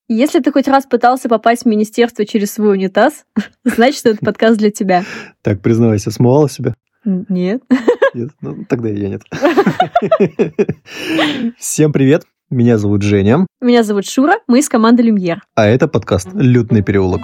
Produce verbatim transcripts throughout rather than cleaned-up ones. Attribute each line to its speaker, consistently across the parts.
Speaker 1: Если ты хоть раз пытался попасть в министерство через свой унитаз, значит, это подкаст для тебя.
Speaker 2: Так, признавайся, смывала себя?
Speaker 1: Нет.
Speaker 2: Нет? Ну, тогда и я нет. Всем привет, меня зовут Женя.
Speaker 1: Меня зовут Шура, мы из команды Люмьер.
Speaker 2: А это подкаст «Лютный переулок».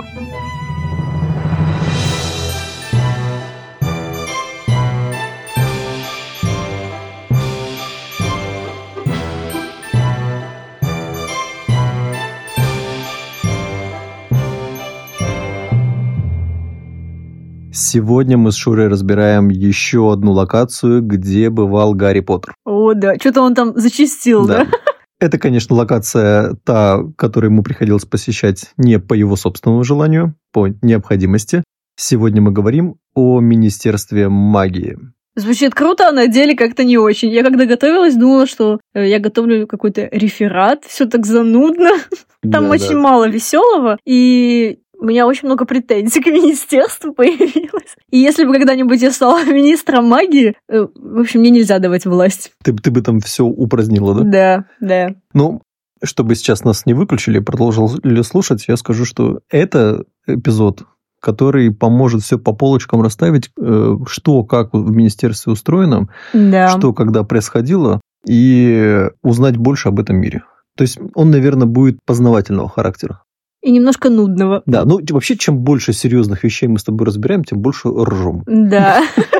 Speaker 2: Сегодня мы с Шурой разбираем еще одну локацию, где бывал Гарри Поттер.
Speaker 1: О, да, что-то он там зачастил, да?
Speaker 2: да? Это, конечно, локация та, которую ему приходилось посещать не по его собственному желанию, по необходимости. Сегодня мы говорим о Министерстве магии.
Speaker 1: Звучит круто, а на деле как-то не очень. Я когда готовилась, думала, что я готовлю какой-то реферат, все так занудно. Там
Speaker 2: да,
Speaker 1: очень
Speaker 2: да.
Speaker 1: мало веселого, и у меня очень много претензий к министерству появилось. И если бы когда-нибудь я стала министром магии, в общем, мне нельзя давать власть.
Speaker 2: Ты, ты бы там все упразднила, да?
Speaker 1: Да, да.
Speaker 2: Ну, чтобы сейчас нас не выключили и продолжили слушать, я скажу, что это эпизод, который поможет все по полочкам расставить, что, как в министерстве устроено,
Speaker 1: да.
Speaker 2: что, когда происходило, и узнать больше об этом мире. То есть он, наверное, будет познавательного характера.
Speaker 1: И немножко нудного.
Speaker 2: Да, ну вообще, чем больше серьезных вещей мы с тобой разбираем, тем больше ржем.
Speaker 1: Да.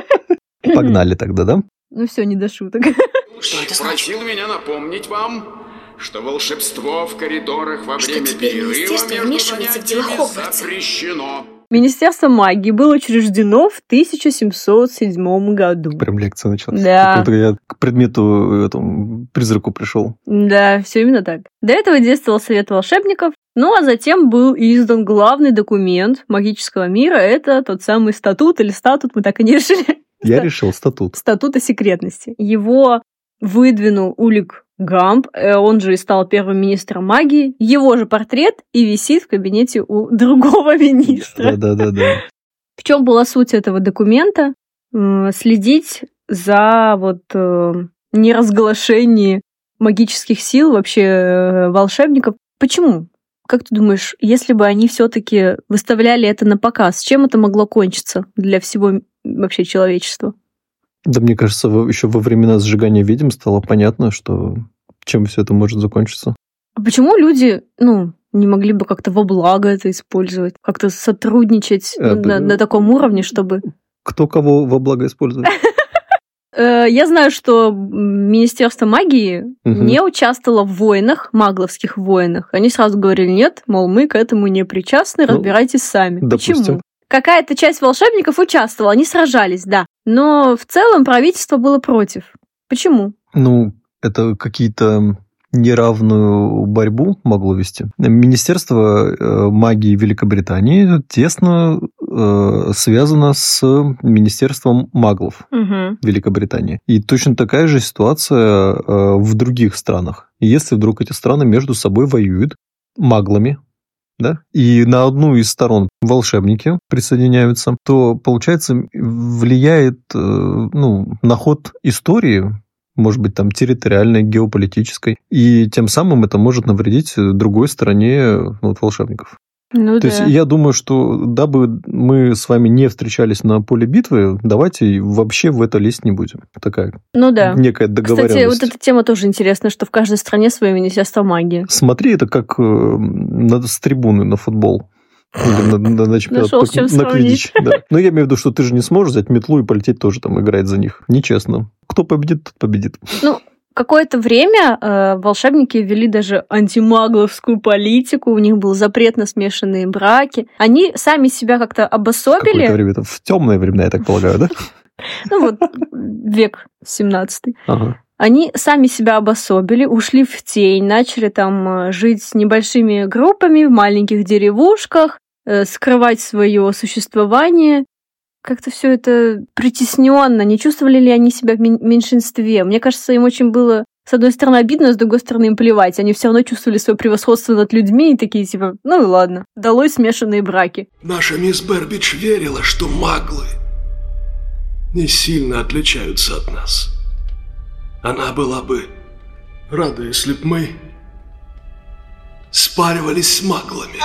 Speaker 2: Погнали тогда, да?
Speaker 1: Ну все, не до шуток.
Speaker 3: Что это значит? Просил меня напомнить вам, что волшебство в коридорах во
Speaker 4: что
Speaker 3: время перерыва
Speaker 4: министерство вмешивается в дела Хогвартса.
Speaker 3: Запрещено.
Speaker 1: Министерство магии было учреждено в тысяча семьсот седьмом году.
Speaker 2: Прям лекция началась.
Speaker 1: Да.
Speaker 2: Как будто я к предмету, этому, призраку пришел.
Speaker 1: Да, все именно так. До этого действовал Совет волшебников, ну а затем был издан главный документ магического мира. Это тот самый статут или статут, мы так и не решили.
Speaker 2: Я решил статут.
Speaker 1: Статут о секретности. Его выдвинул Улик Гамп, он же и стал первым министром магии. Его же портрет и висит в кабинете у другого министра.
Speaker 2: Да-да-да.
Speaker 1: В чем была суть этого документа? Следить за вот неразглашением магических сил вообще волшебников. Почему? Как ты думаешь, если бы они все-таки выставляли это на показ, чем это могло кончиться для всего вообще человечества?
Speaker 2: Да, мне кажется, еще во времена сжигания ведьм стало понятно, что чем все это может закончиться.
Speaker 1: А почему люди, ну, не могли бы как-то во благо это использовать, как-то сотрудничать а, на, на таком уровне, чтобы...
Speaker 2: Кто кого во благо использует?
Speaker 1: Я знаю, что Министерство магии угу. не участвовало в войнах, магловских войнах. Они сразу говорили, нет, мол, мы к этому не причастны, разбирайтесь ну, сами.
Speaker 2: Допустим.
Speaker 1: Почему? Какая-то часть волшебников участвовала, они сражались, да. Но в целом правительство было против. Почему?
Speaker 2: Ну, это какие-то неравную борьбу могло вести. Министерство магии Великобритании тесно э, связано с Министерством маглов
Speaker 1: угу.
Speaker 2: Великобритании. И точно такая же ситуация э, в других странах. И если вдруг эти страны между собой воюют маглами, да, и на одну из сторон волшебники присоединяются, то, получается, влияет э, ну, на ход истории, может быть, там, территориальной, геополитической, и тем самым это может навредить другой стороне вот, волшебников.
Speaker 1: Ну,
Speaker 2: То
Speaker 1: да.
Speaker 2: есть я думаю, что дабы мы с вами не встречались на поле битвы, давайте вообще в это лезть не будем. Такая
Speaker 1: ну, да.
Speaker 2: некая договоренность.
Speaker 1: Кстати, вот эта тема тоже интересна, что в каждой стране свое министерство магии.
Speaker 2: Смотри, это как э, с трибуны на футбол. Или на, на, на чемпионат
Speaker 1: Нашел, с чем
Speaker 2: на квиддич. Да. Но я имею в виду, что ты же не сможешь взять метлу и полететь тоже там играть за них. Нечестно. Кто победит, тот победит.
Speaker 1: Ну, какое-то время э, волшебники вели даже антимагловскую политику, у них был запрет на смешанные браки. Они сами себя как-то обособили.
Speaker 2: В какое-то время, это в темные времена, я так полагаю, да?
Speaker 1: Ну вот, век семнадцатый.
Speaker 2: Ага.
Speaker 1: Они сами себя обособили, ушли в тень, начали там жить с небольшими группами в маленьких деревушках, э, скрывать свое существование. Как-то все это притесненно. Не чувствовали ли они себя в меньшинстве? Мне кажется, им очень было, с одной стороны, обидно, с другой стороны, им плевать. Они все равно чувствовали свое превосходство над людьми и такие типа, ну и ладно, долой смешанные браки.
Speaker 5: Наша мисс Бербидж верила, что маглы не сильно отличаются от нас. Она была бы рада, если б мы спаривались с маглами.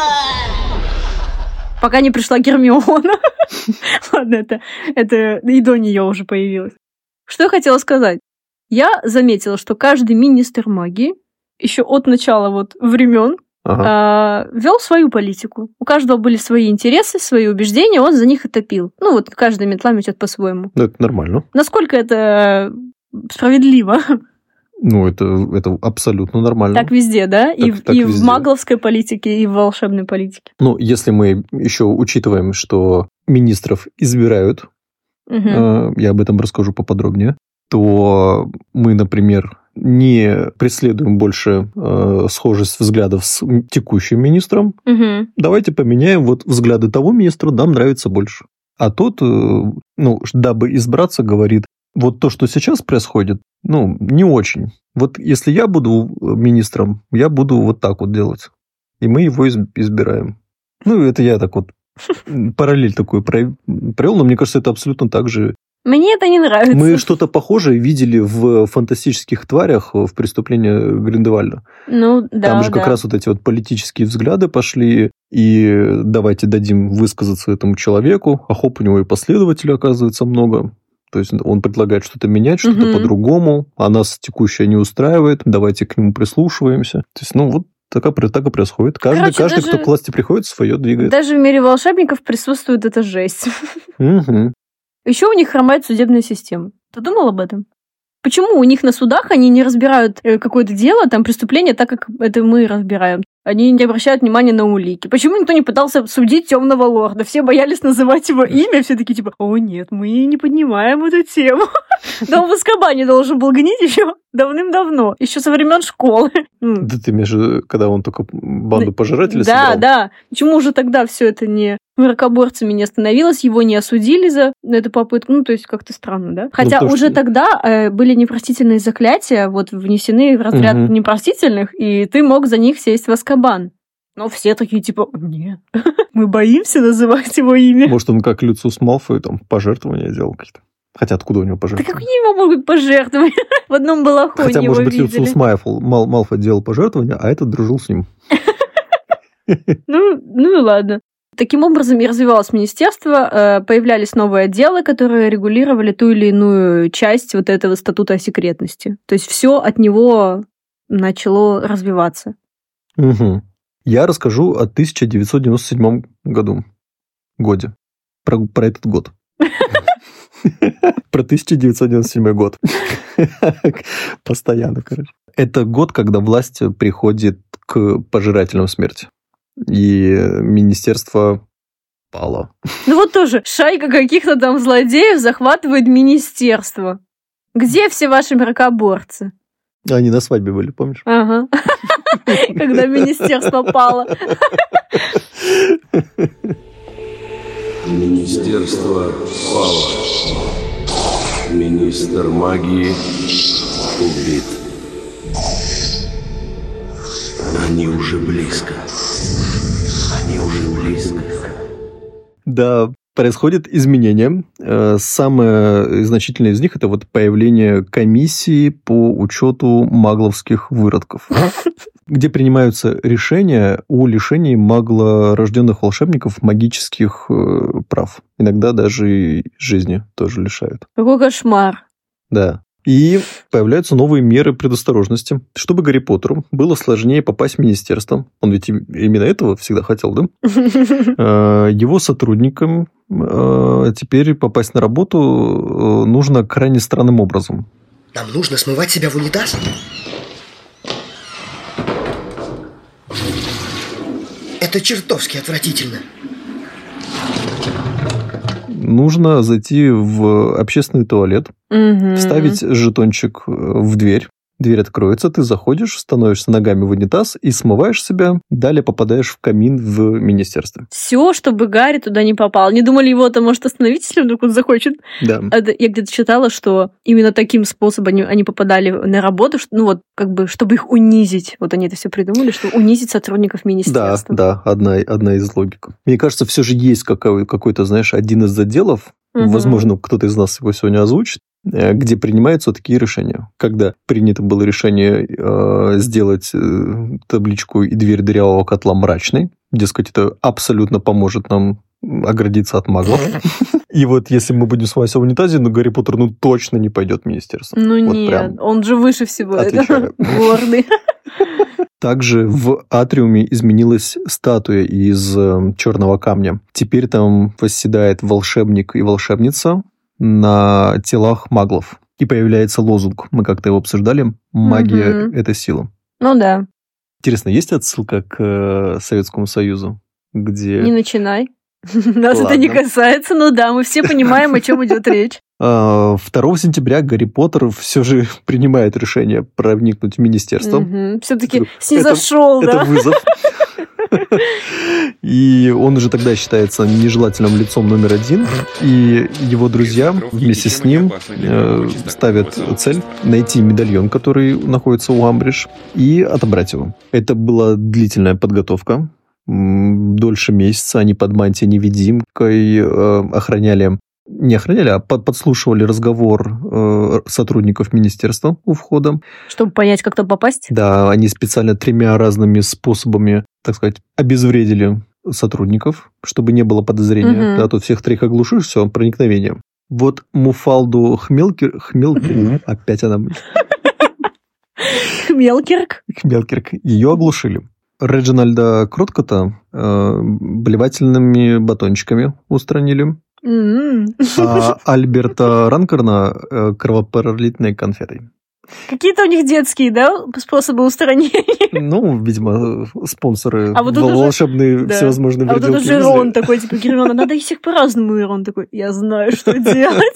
Speaker 1: Пока не пришла Гермиона. Ладно, это, это и до нее уже появилось. Что я хотела сказать? Я заметила, что каждый министр магии еще от начала вот времен ага. э, вел свою политику. У каждого были свои интересы, свои убеждения, он за них и топил. Ну вот каждый метла метет по-своему.
Speaker 2: Ну, это нормально.
Speaker 1: Насколько это справедливо?
Speaker 2: Ну, это, это абсолютно нормально.
Speaker 1: Так везде, да?
Speaker 2: Так,
Speaker 1: и
Speaker 2: так
Speaker 1: и
Speaker 2: везде.
Speaker 1: В магловской политике, и в волшебной политике.
Speaker 2: Ну, если мы еще учитываем, что министров избирают, угу. э, я об этом расскажу поподробнее, то мы, например, не преследуем больше э, схожесть взглядов с текущим министром. Угу. Давайте поменяем вот взгляды того министра, нам нравится больше. А тот, э, ну, дабы избраться, говорит, вот то, что сейчас происходит, ну, не очень. Вот если я буду министром, я буду вот так вот делать. И мы его избираем. Ну, это я так вот параллель такую провел, но мне кажется, это абсолютно так же.
Speaker 1: Мне это не нравится.
Speaker 2: Мы что-то похожее видели в «Фантастических тварях», в «Преступлении Гриндевальда».
Speaker 1: Ну, да,
Speaker 2: Там же
Speaker 1: да.
Speaker 2: как раз вот эти вот политические взгляды пошли, и давайте дадим высказаться этому человеку, а хоп, у него и последователей оказывается много. То есть он предлагает что-то менять, что-то угу. по-другому, а нас текущее не устраивает, давайте к нему прислушиваемся. То есть, ну, вот так и, так и происходит. Каждый, Короче, каждый даже, кто к власти приходит, свое двигает.
Speaker 1: Даже в мире волшебников присутствует эта жесть.
Speaker 2: Угу.
Speaker 1: Еще у них хромает судебная система. Ты думал об этом? Почему у них на судах они не разбирают какое-то дело, там, преступление, так как это мы разбираем? Они не обращают внимания на улики. Почему никто не пытался судить Темного Лорда? Все боялись называть его имя, все такие типа, о нет, мы не поднимаем эту тему. Да он в Азкабане должен был гнить еще давным-давно, еще со времен школы.
Speaker 2: Да ты имеешь в виду, когда он только банду пожирателей
Speaker 1: да,
Speaker 2: собрал?
Speaker 1: Да, да. Почему уже тогда все это не мракоборцами не остановилось, его не осудили за эту попытку? Ну, то есть как-то странно, да? Хотя ну, уже что... тогда э, были непростительные заклятия, вот внесены в разряд угу. непростительных, и ты мог за них сесть в Азкабан. Но все такие типа, нет, мы боимся называть его имя.
Speaker 2: Может, он как Люциус Малфой там пожертвования делал какие-то? Хотя откуда у него пожертвования?
Speaker 1: Да какие у него могут пожертвования? В одном балахоне
Speaker 2: Хотя,
Speaker 1: его
Speaker 2: может быть,
Speaker 1: видели.
Speaker 2: Люциус Малфой, Мал, Малфой делал пожертвования, а этот дружил с ним.
Speaker 1: Ну, ну и ладно. Таким образом и развивалось министерство, появлялись новые отделы, которые регулировали ту или иную часть вот этого статута о секретности. То есть все от него начало развиваться.
Speaker 2: Угу. Я расскажу о тысяча девятьсот девяносто седьмом году. Годе. Про, про этот год. Про тысяча девятьсот девяносто седьмой год. Постоянно, короче. Это год, когда власть приходит к пожирателям смерти. И министерство пало.
Speaker 1: Ну вот тоже, шайка каких-то там злодеев захватывает министерство. Где все ваши мракоборцы?
Speaker 2: Они на свадьбе были, помнишь?
Speaker 1: Ага. Когда министерство пало.
Speaker 5: Министерство пало. Министр магии убит. Они уже близко. Они уже близко.
Speaker 2: Да, происходит изменение. Самое значительное из них – это вот появление комиссии по учету магловских выродков, где принимаются решения о лишении маглорожденных волшебников магических прав. Иногда даже и жизни тоже лишают.
Speaker 1: Какой кошмар.
Speaker 2: Да. И появляются новые меры предосторожности. Чтобы Гарри Поттеру было сложнее попасть в министерство, он ведь именно этого всегда хотел, да? Его сотрудникам теперь попасть на работу нужно крайне странным образом.
Speaker 6: Нам нужно смывать себя в унитаз? Это чертовски отвратительно.
Speaker 2: Нужно зайти в общественный туалет,
Speaker 1: угу.
Speaker 2: вставить жетончик в дверь. Дверь откроется, ты заходишь, становишься ногами в унитаз и смываешь себя. Далее попадаешь в камин в министерстве.
Speaker 1: Все, чтобы Гарри туда не попал. Не думали, его это может остановить, если он вдруг он захочет?
Speaker 2: Да.
Speaker 1: Я где-то читала, что именно таким способом они, они попадали на работу, ну вот, как бы, чтобы их унизить. Вот они это все придумали, что унизить сотрудников министерства.
Speaker 2: Да, да, одна, одна из логик. Мне кажется, все же есть какой- какой-то, знаешь, один из отделов,
Speaker 1: угу.
Speaker 2: возможно, кто-то из нас его сегодня озвучит, где принимаются такие решения. Когда принято было решение э, сделать э, табличку и дверь дырявого котла мрачной, дескать, это абсолютно поможет нам оградиться от маглов. И вот если мы будем смываться в унитазе, ну, Гарри Поттер ну точно не пойдет в министерство.
Speaker 1: Ну
Speaker 2: вот
Speaker 1: нет,
Speaker 2: прям
Speaker 1: он же выше всего
Speaker 2: отвечаю.
Speaker 1: этого. Гордый.
Speaker 2: Также в атриуме изменилась статуя из э, черного камня. Теперь там восседает волшебник и волшебница на телах маглов. И появляется лозунг, мы как-то его обсуждали, «Магия
Speaker 1: Мгм.
Speaker 2: – это сила».
Speaker 1: Ну да,
Speaker 2: Интересно, есть отсылка к э, Советскому Союзу, где
Speaker 1: не начинай. Нас это не
Speaker 2: Ладно.
Speaker 1: касается, но да, мы все понимаем, о чем идет речь.
Speaker 2: э, второго сентября Гарри Поттер все же принимает решение проникнуть в министерство.
Speaker 1: Все-таки
Speaker 2: Это-
Speaker 1: снизошел,
Speaker 2: Это
Speaker 1: да?
Speaker 2: вызов. И он уже тогда считается нежелательным лицом номер один. И его друзья вместе с ним э, ставят цель найти медальон, который находится у Амбридж, и отобрать его. Это была длительная подготовка. М, Дольше месяца они под мантией-невидимкой э, охраняли, не охраняли, а под- подслушивали разговор э, сотрудников министерства у входа.
Speaker 1: Чтобы понять, как там попасть.
Speaker 2: Да, они специально тремя разными способами, так сказать, обезвредили сотрудников, чтобы не было подозрения.
Speaker 1: Мгм.
Speaker 2: Да, тут всех троих оглушишь, все, проникновение. Вот Муфалду Хмелкер... Хмелкер... Опять она...
Speaker 1: Мелкирк.
Speaker 2: Хмелкерк. Ее оглушили. Реджинальда Кроткота э, блевательными батончиками устранили,
Speaker 1: М.
Speaker 2: а Альберта Ранкорна э, кровопролитной конфетой.
Speaker 1: Какие-то у них детские, да, способы устранения.
Speaker 2: Ну, видимо, спонсоры
Speaker 1: А вот тут уже-
Speaker 2: волшебные
Speaker 1: да.
Speaker 2: всевозможные
Speaker 1: А вот
Speaker 2: верделки
Speaker 1: это же
Speaker 2: везли.
Speaker 1: Рон такой, типа, Гермиона, надо их всех по-разному. И Рон такой, я знаю, что делать.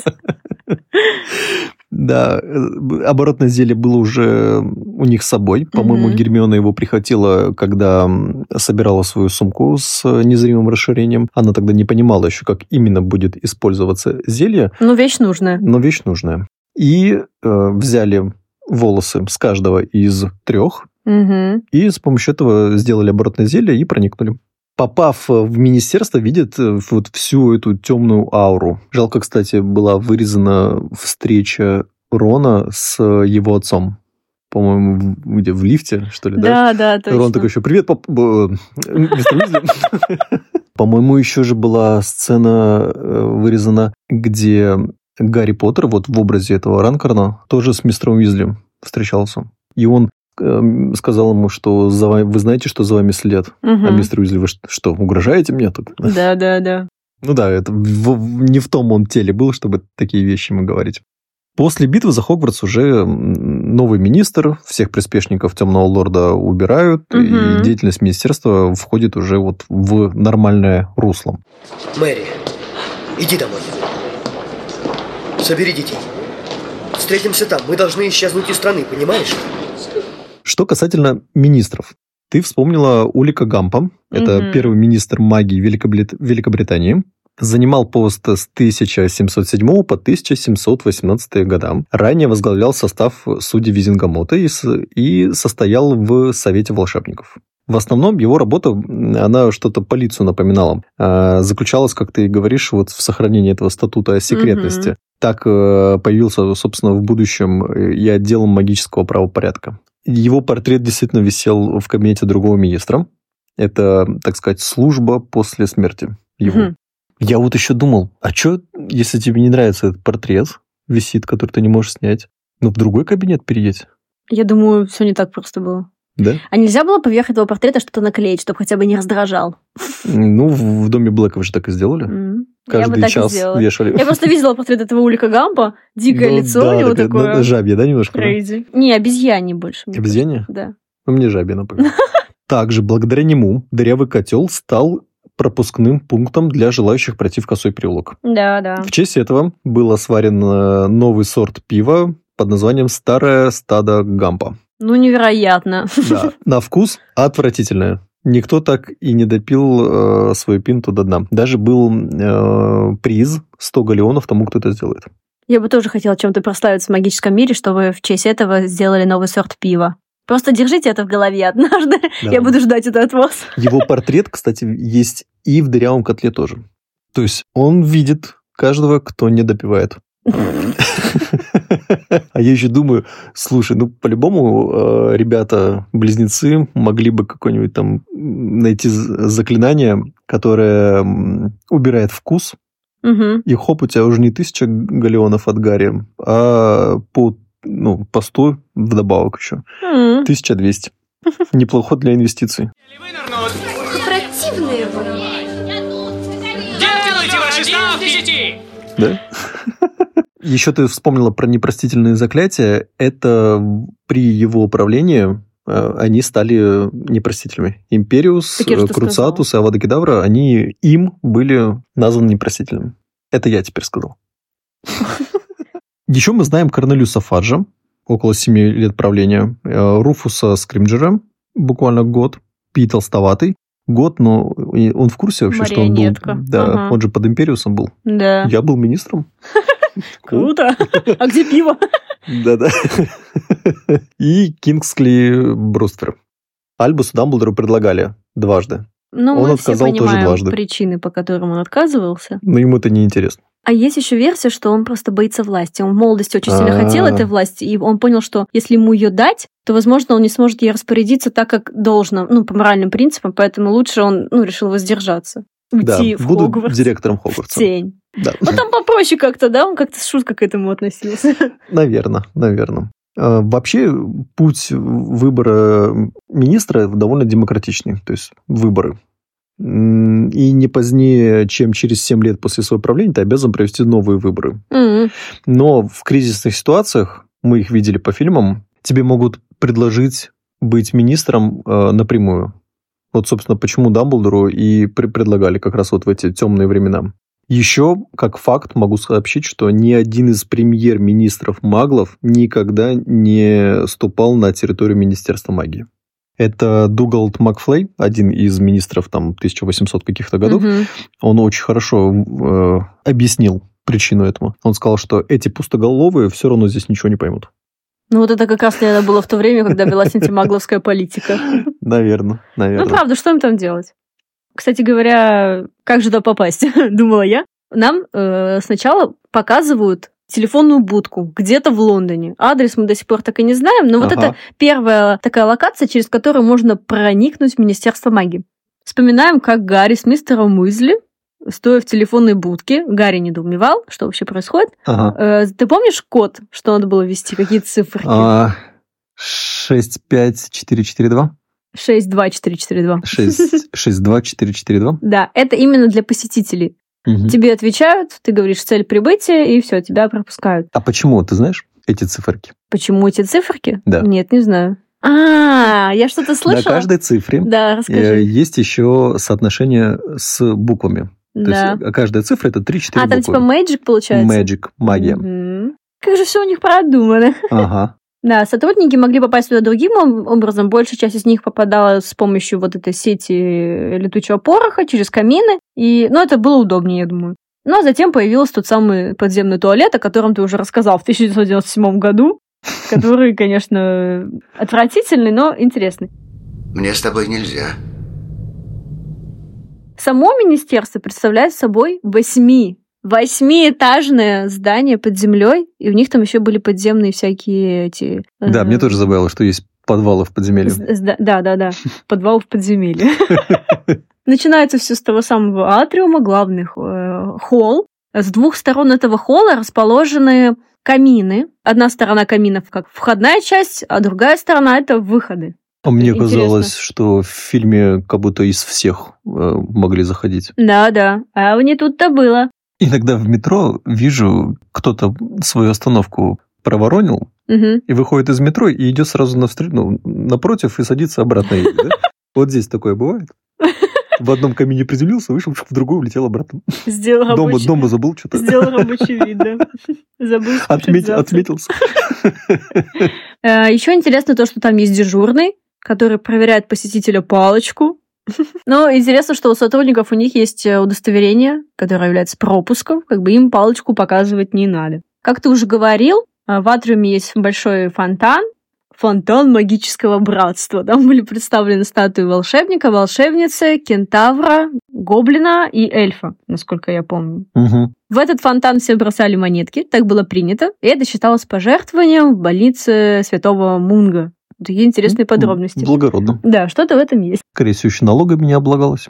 Speaker 2: Да, э, оборотное зелье было уже у них с собой. По-моему,
Speaker 1: Мгм.
Speaker 2: Гермиона его прихватила, когда м, собирала свою сумку с э, незримым расширением. Она тогда не понимала еще, как именно будет использоваться зелье,
Speaker 1: Ну, вещь нужная.
Speaker 2: но вещь нужная. И э, взяли волосы с каждого из трех,
Speaker 1: Мгм.
Speaker 2: и с помощью этого сделали оборотное зелье и проникнули. Попав в министерство, видят э, вот всю эту темную ауру. Жалко, кстати, была вырезана встреча Рона с его отцом. По-моему, в- где, в лифте, что ли, да?
Speaker 1: Да, да, точно.
Speaker 2: Рон такой еще, привет, пап... э, мистер Уизли». По-моему, еще же была сцена э, вырезана, где Гарри Поттер, вот в образе этого Ранкорна, тоже с мистером Уизли встречался. И он э, сказал ему, что за вами, вы знаете, что за вами следят.
Speaker 1: Мгм.
Speaker 2: А мистер Уизли, вы ш- что, угрожаете мне тут?
Speaker 1: Да, да, да.
Speaker 2: Ну да, это в- в- не в том он теле был, чтобы такие вещи ему говорить. После битвы за Хогвартс уже м, новый министр, всех приспешников Темного Лорда убирают,
Speaker 1: Мгм.
Speaker 2: и деятельность министерства входит уже вот в нормальное русло.
Speaker 6: Мэри, иди домой. Собери детей. Встретимся там. Мы должны исчезнуть из страны, понимаешь?
Speaker 2: Что касательно министров. Ты вспомнила Улика Гампа. Это
Speaker 1: Мгм.
Speaker 2: первый министр магии Великобрит- Великобритании. Занимал пост с тысяча семьсот седьмого по тысяча семьсот восемнадцатый года. Ранее возглавлял состав судей Визенгамота и, с- и состоял в Совете волшебников. В основном его работа, она что-то полицию напоминала. А, Заключалась, как ты и говоришь, вот в сохранении этого статута о секретности.
Speaker 1: Мгм.
Speaker 2: Так э, появился, собственно, в будущем и отделом магического правопорядка. Его портрет действительно висел в кабинете другого министра. Это, так сказать, служба после смерти его.
Speaker 1: Мгм.
Speaker 2: Я вот еще думал, а что, если тебе не нравится этот портрет, висит, который ты не можешь снять, ну, в другой кабинет переедь,
Speaker 1: Я думаю, все не так просто было.
Speaker 2: да?
Speaker 1: А нельзя было поверх этого портрета что-то наклеить, чтобы хотя бы не раздражал?
Speaker 2: Ну, в в доме Блэков же так и сделали.
Speaker 1: М. Я бы
Speaker 2: Каждый
Speaker 1: так и
Speaker 2: час
Speaker 1: сделала.
Speaker 2: вешали.
Speaker 1: Я просто видела портрет этого Улика Гампа, дикое
Speaker 2: Ну
Speaker 1: лицо
Speaker 2: да,
Speaker 1: у него
Speaker 2: такая,
Speaker 1: такое.
Speaker 2: ну, жабье, да, немножко? да?
Speaker 1: Крейзи. Не, обезьяне больше. мне
Speaker 2: Обезьяне?
Speaker 1: кажется. Да.
Speaker 2: Ну, мне жабе, напомню. Также, благодаря нему, дырявый котел стал пропускным пунктом для желающих пройти в косой переулок.
Speaker 1: Да, да.
Speaker 2: В честь этого был осварен э, новый сорт пива под названием «Старое стадо Гампа».
Speaker 1: Ну, невероятно.
Speaker 2: Да, на вкус отвратительное. Никто так и не допил э, свою пинту до дна. Даже был э, приз сто галеонов тому, кто это сделает.
Speaker 1: Я бы тоже хотела чем-то прославиться в магическом мире, чтобы в честь этого сделали новый сорт пива. Просто держите это в голове однажды.
Speaker 2: Да.
Speaker 1: Я буду ждать это от вас.
Speaker 2: Его портрет, кстати, есть и в дырявом котле тоже. То есть он видит каждого, кто не допивает. А я еще думаю, слушай, ну, по-любому ребята-близнецы могли бы какое-нибудь там найти заклинание, которое убирает вкус,
Speaker 1: Угу.
Speaker 2: и хоп, у тебя уже не тысяча галеонов от Гарри, а по, ну, по сто вдобавок еще.
Speaker 1: М.
Speaker 2: тысяча двести. Неплохо для инвестиций.
Speaker 4: Противные вы.
Speaker 7: Делайте ваши ставки!
Speaker 2: Да? Еще ты вспомнила про непростительные заклятия. Это при его управлении э, они стали непростительными. Империус,
Speaker 1: Так я же что
Speaker 2: Круцатус и Авада Кедавра, они им были названы непростительными. Это я теперь сказал. Еще мы знаем Корнелиуса Фаджа, около семи лет правления, э, Руфуса Скримджера, буквально год, Пи Толстоватый, год, но и он в курсе вообще, что он был...
Speaker 1: Марионетка.
Speaker 2: Да,
Speaker 1: Ага.
Speaker 2: он же под Империусом был.
Speaker 1: Да.
Speaker 2: Я был министром.
Speaker 1: Круто. А где пиво?
Speaker 2: Да-да. И Кингсли Бруствер. Альбусу Дамблдору предлагали дважды,
Speaker 1: Ну,
Speaker 2: Он
Speaker 1: мы все
Speaker 2: отказал тоже
Speaker 1: понимаем
Speaker 2: дважды.
Speaker 1: причины, по которым он отказывался.
Speaker 2: но ему это не интересно.
Speaker 1: А есть еще версия, что он просто боится власти. Он в молодости очень сильно
Speaker 2: А-а-а.
Speaker 1: хотел этой власти, и он понял, что если ему ее дать, то, возможно, он не сможет ей распорядиться так, как должно, ну, по моральным принципам, поэтому лучше он, ну, решил воздержаться.
Speaker 2: Да,
Speaker 1: Уйти в
Speaker 2: буду
Speaker 1: Хогвартс.
Speaker 2: директором
Speaker 1: В
Speaker 2: Хогвартса.
Speaker 1: тень.
Speaker 2: Да.
Speaker 1: Ну, там попроще как-то, да? Он как-то с шуткой к этому относился.
Speaker 2: Наверное, наверное. А, Вообще, путь выбора министра довольно демократичный. То есть, выборы. М, И не позднее, чем через семь лет после своего правления, ты обязан провести новые выборы.
Speaker 1: М.
Speaker 2: Но в кризисных ситуациях, мы их видели по фильмам, тебе могут предложить быть министром э, напрямую. Вот, собственно, почему Дамблдору и при- предлагали как раз вот в эти темные времена. Еще, как факт, могу сообщить, что ни один из премьер-министров маглов никогда не ступал на территорию Министерства магии. Это Дугалд Макфлей, один из министров там тысяча восемьсот каких-то годов.
Speaker 1: Мгм.
Speaker 2: Он очень хорошо э, объяснил причину этому. Он сказал, что эти пустоголовые все равно здесь ничего не поймут.
Speaker 1: Ну, вот это как раз, наверное, было в то время, когда велась антимагловская политика.
Speaker 2: Наверное,
Speaker 1: Ну,
Speaker 2: наверное.
Speaker 1: правда, что им там делать? Кстати говоря, как же туда попасть, думала я. Нам э, сначала показывают телефонную будку где-то в Лондоне. Адрес мы до сих пор так и не знаем, но вот
Speaker 2: Ага.
Speaker 1: это первая такая локация, через которую можно проникнуть в Министерство магии. Вспоминаем, как Гарри с мистером Уизли, стоя в телефонной будке, Гарри недоумевал, что вообще происходит.
Speaker 2: Ага.
Speaker 1: Э, ты помнишь код, что надо было ввести, какие цифры?
Speaker 2: А, шесть пять четыре четыре два?
Speaker 1: шесть два четыре четыре два.
Speaker 2: шесть шесть два четыре четыре два?
Speaker 1: Да, это именно для посетителей.
Speaker 2: Мгм.
Speaker 1: Тебе отвечают, ты говоришь цель прибытия, и все, тебя пропускают.
Speaker 2: А почему, ты знаешь, эти циферки?
Speaker 1: Почему эти циферки?
Speaker 2: Да.
Speaker 1: Нет, не знаю. А, я что-то слышала.
Speaker 2: На каждой цифре
Speaker 1: Да,
Speaker 2: э,
Speaker 1: расскажи.
Speaker 2: есть еще соотношение с буквами. То
Speaker 1: Да.
Speaker 2: есть э, каждая цифра это три-четыре
Speaker 1: А, там
Speaker 2: буквы.
Speaker 1: типа magic получается?
Speaker 2: Magic, магия.
Speaker 1: Мгм. Как же все у них продумано.
Speaker 2: Ага.
Speaker 1: Да, сотрудники могли попасть туда другим об- образом. Большая часть из них попадала с помощью вот этой сети летучего пороха через камины. И, ну, это было удобнее, я думаю. Ну, а затем появился тот самый подземный туалет, о котором ты уже рассказал в тысяча девятьсот девяносто седьмом году, который, конечно, отвратительный, но интересный.
Speaker 8: Мне с тобой нельзя.
Speaker 1: Само министерство представляет собой восьми, восьмиэтажное здание под землей, и у них там еще были подземные всякие эти...
Speaker 2: Да,
Speaker 1: э,
Speaker 2: мне тоже забавило, что есть подвалы в подземелье.
Speaker 1: З- зда- Да, да, да. Подвал в подземелье. Начинается все с того самого атриума, главный э, холл. С двух сторон этого холла расположены камины. Одна сторона каминов как входная часть, а другая сторона это выходы.
Speaker 2: А мне
Speaker 1: Интересно.
Speaker 2: казалось, что в фильме как будто из всех э, могли заходить.
Speaker 1: Да, да. А не тут-то было.
Speaker 2: Иногда в метро вижу, кто-то свою остановку проворонил,
Speaker 1: Мгм.
Speaker 2: и выходит из метро, и идет сразу навстречу, ну, напротив, и садится обратно. едет, да? Вот здесь такое бывает. В одном камине приземлился, вышел, в другой улетел обратно.
Speaker 1: Сделал
Speaker 2: Дома,
Speaker 1: рабочий,
Speaker 2: дома забыл что-то.
Speaker 1: сделал рабочий вид, да. Забыл скушать
Speaker 2: Отметь-
Speaker 1: завтрак.
Speaker 2: Отметился.
Speaker 1: Еще интересно то, что там есть дежурный, который проверяет посетителя палочку. Но интересно, что у сотрудников у них есть э, удостоверение, которое является пропуском, как бы им палочку показывать не надо. Как ты уже говорил, э, в атриуме есть большой фонтан, фонтан магического братства. Там были представлены статуи волшебника, волшебницы, кентавра, гоблина и эльфа, насколько я помню.
Speaker 2: Угу.
Speaker 1: В этот фонтан все бросали монетки, так было принято, и это считалось пожертвованием в больнице Святого Мунга. Такие интересные подробности.
Speaker 2: Благородно.
Speaker 1: Да, что-то в этом есть.
Speaker 2: Скорее всего, еще налогами не облагалось.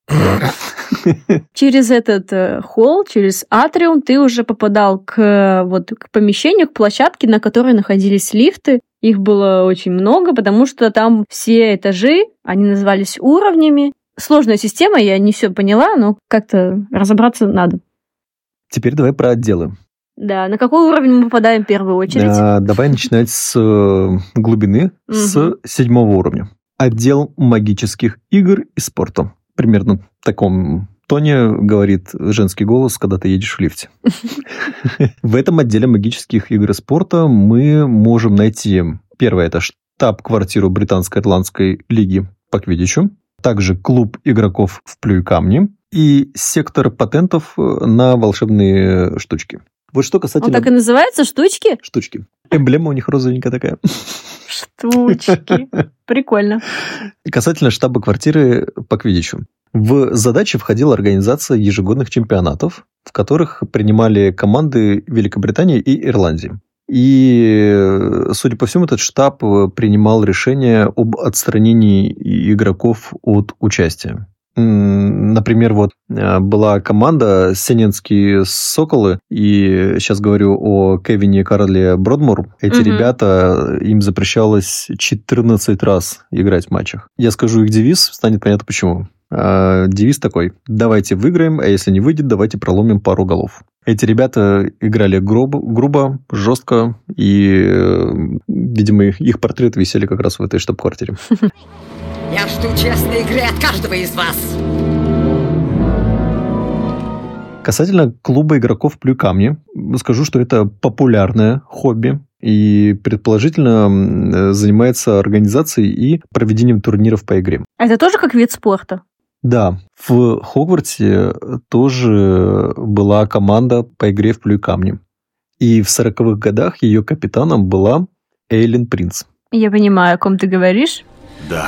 Speaker 1: Через этот э, холл, через атриум ты уже попадал к, вот, к помещению, к площадке, на которой находились лифты. Их было очень много, потому что там все этажи, они назывались уровнями. Сложная система, я не все поняла, но как-то разобраться надо.
Speaker 2: Теперь давай про отделы.
Speaker 1: Да, на какой уровень мы попадаем в первую очередь?
Speaker 2: А, давай начинать с глубины, с седьмого уровня. Отдел магических игр и спорта. Примерно в таком тоне говорит женский голос, когда ты едешь в лифте. В этом отделе магических игр и спорта мы можем найти, первое, это штаб-квартиру Британско-Ирландской лиги по квиддичу, также клуб игроков в плюй-камни и сектор патентов на волшебные штучки. Вот что касательно...
Speaker 1: Он так и называется? Штучки?
Speaker 2: Штучки. Эмблема у них розовенькая такая.
Speaker 1: Штучки. Прикольно.
Speaker 2: Касательно штаба-квартиры по квиддичу. В задачи входила организация ежегодных чемпионатов, в которых принимали команды Великобритании и Ирландии. И, судя по всему, этот штаб принимал решение об отстранении игроков от участия. Например, вот была команда Сененские Соколы, и сейчас говорю о Кевине Карле Бродмур. Эти угу. ребята, им запрещалось четырнадцать раз играть в матчах. Я скажу их девиз, станет понятно почему. А, девиз такой: давайте выиграем, а если не выйдет, давайте проломим пару голов. Эти ребята играли грубо, грубо жестко, и, видимо, их портреты висели как раз в этой штаб-квартире.
Speaker 9: Я жду честной игры от каждого из вас.
Speaker 2: Касательно клуба игроков плюй-камни, скажу, что это популярное хобби и, предположительно, занимается организацией и проведением турниров по игре.
Speaker 1: Это тоже как вид спорта?
Speaker 2: Да, в Хогвартсе тоже была команда по игре в плюй-камни. И в сороковых годах ее капитаном была Эйлин Принц.
Speaker 1: Я понимаю, о ком ты говоришь.
Speaker 10: Да,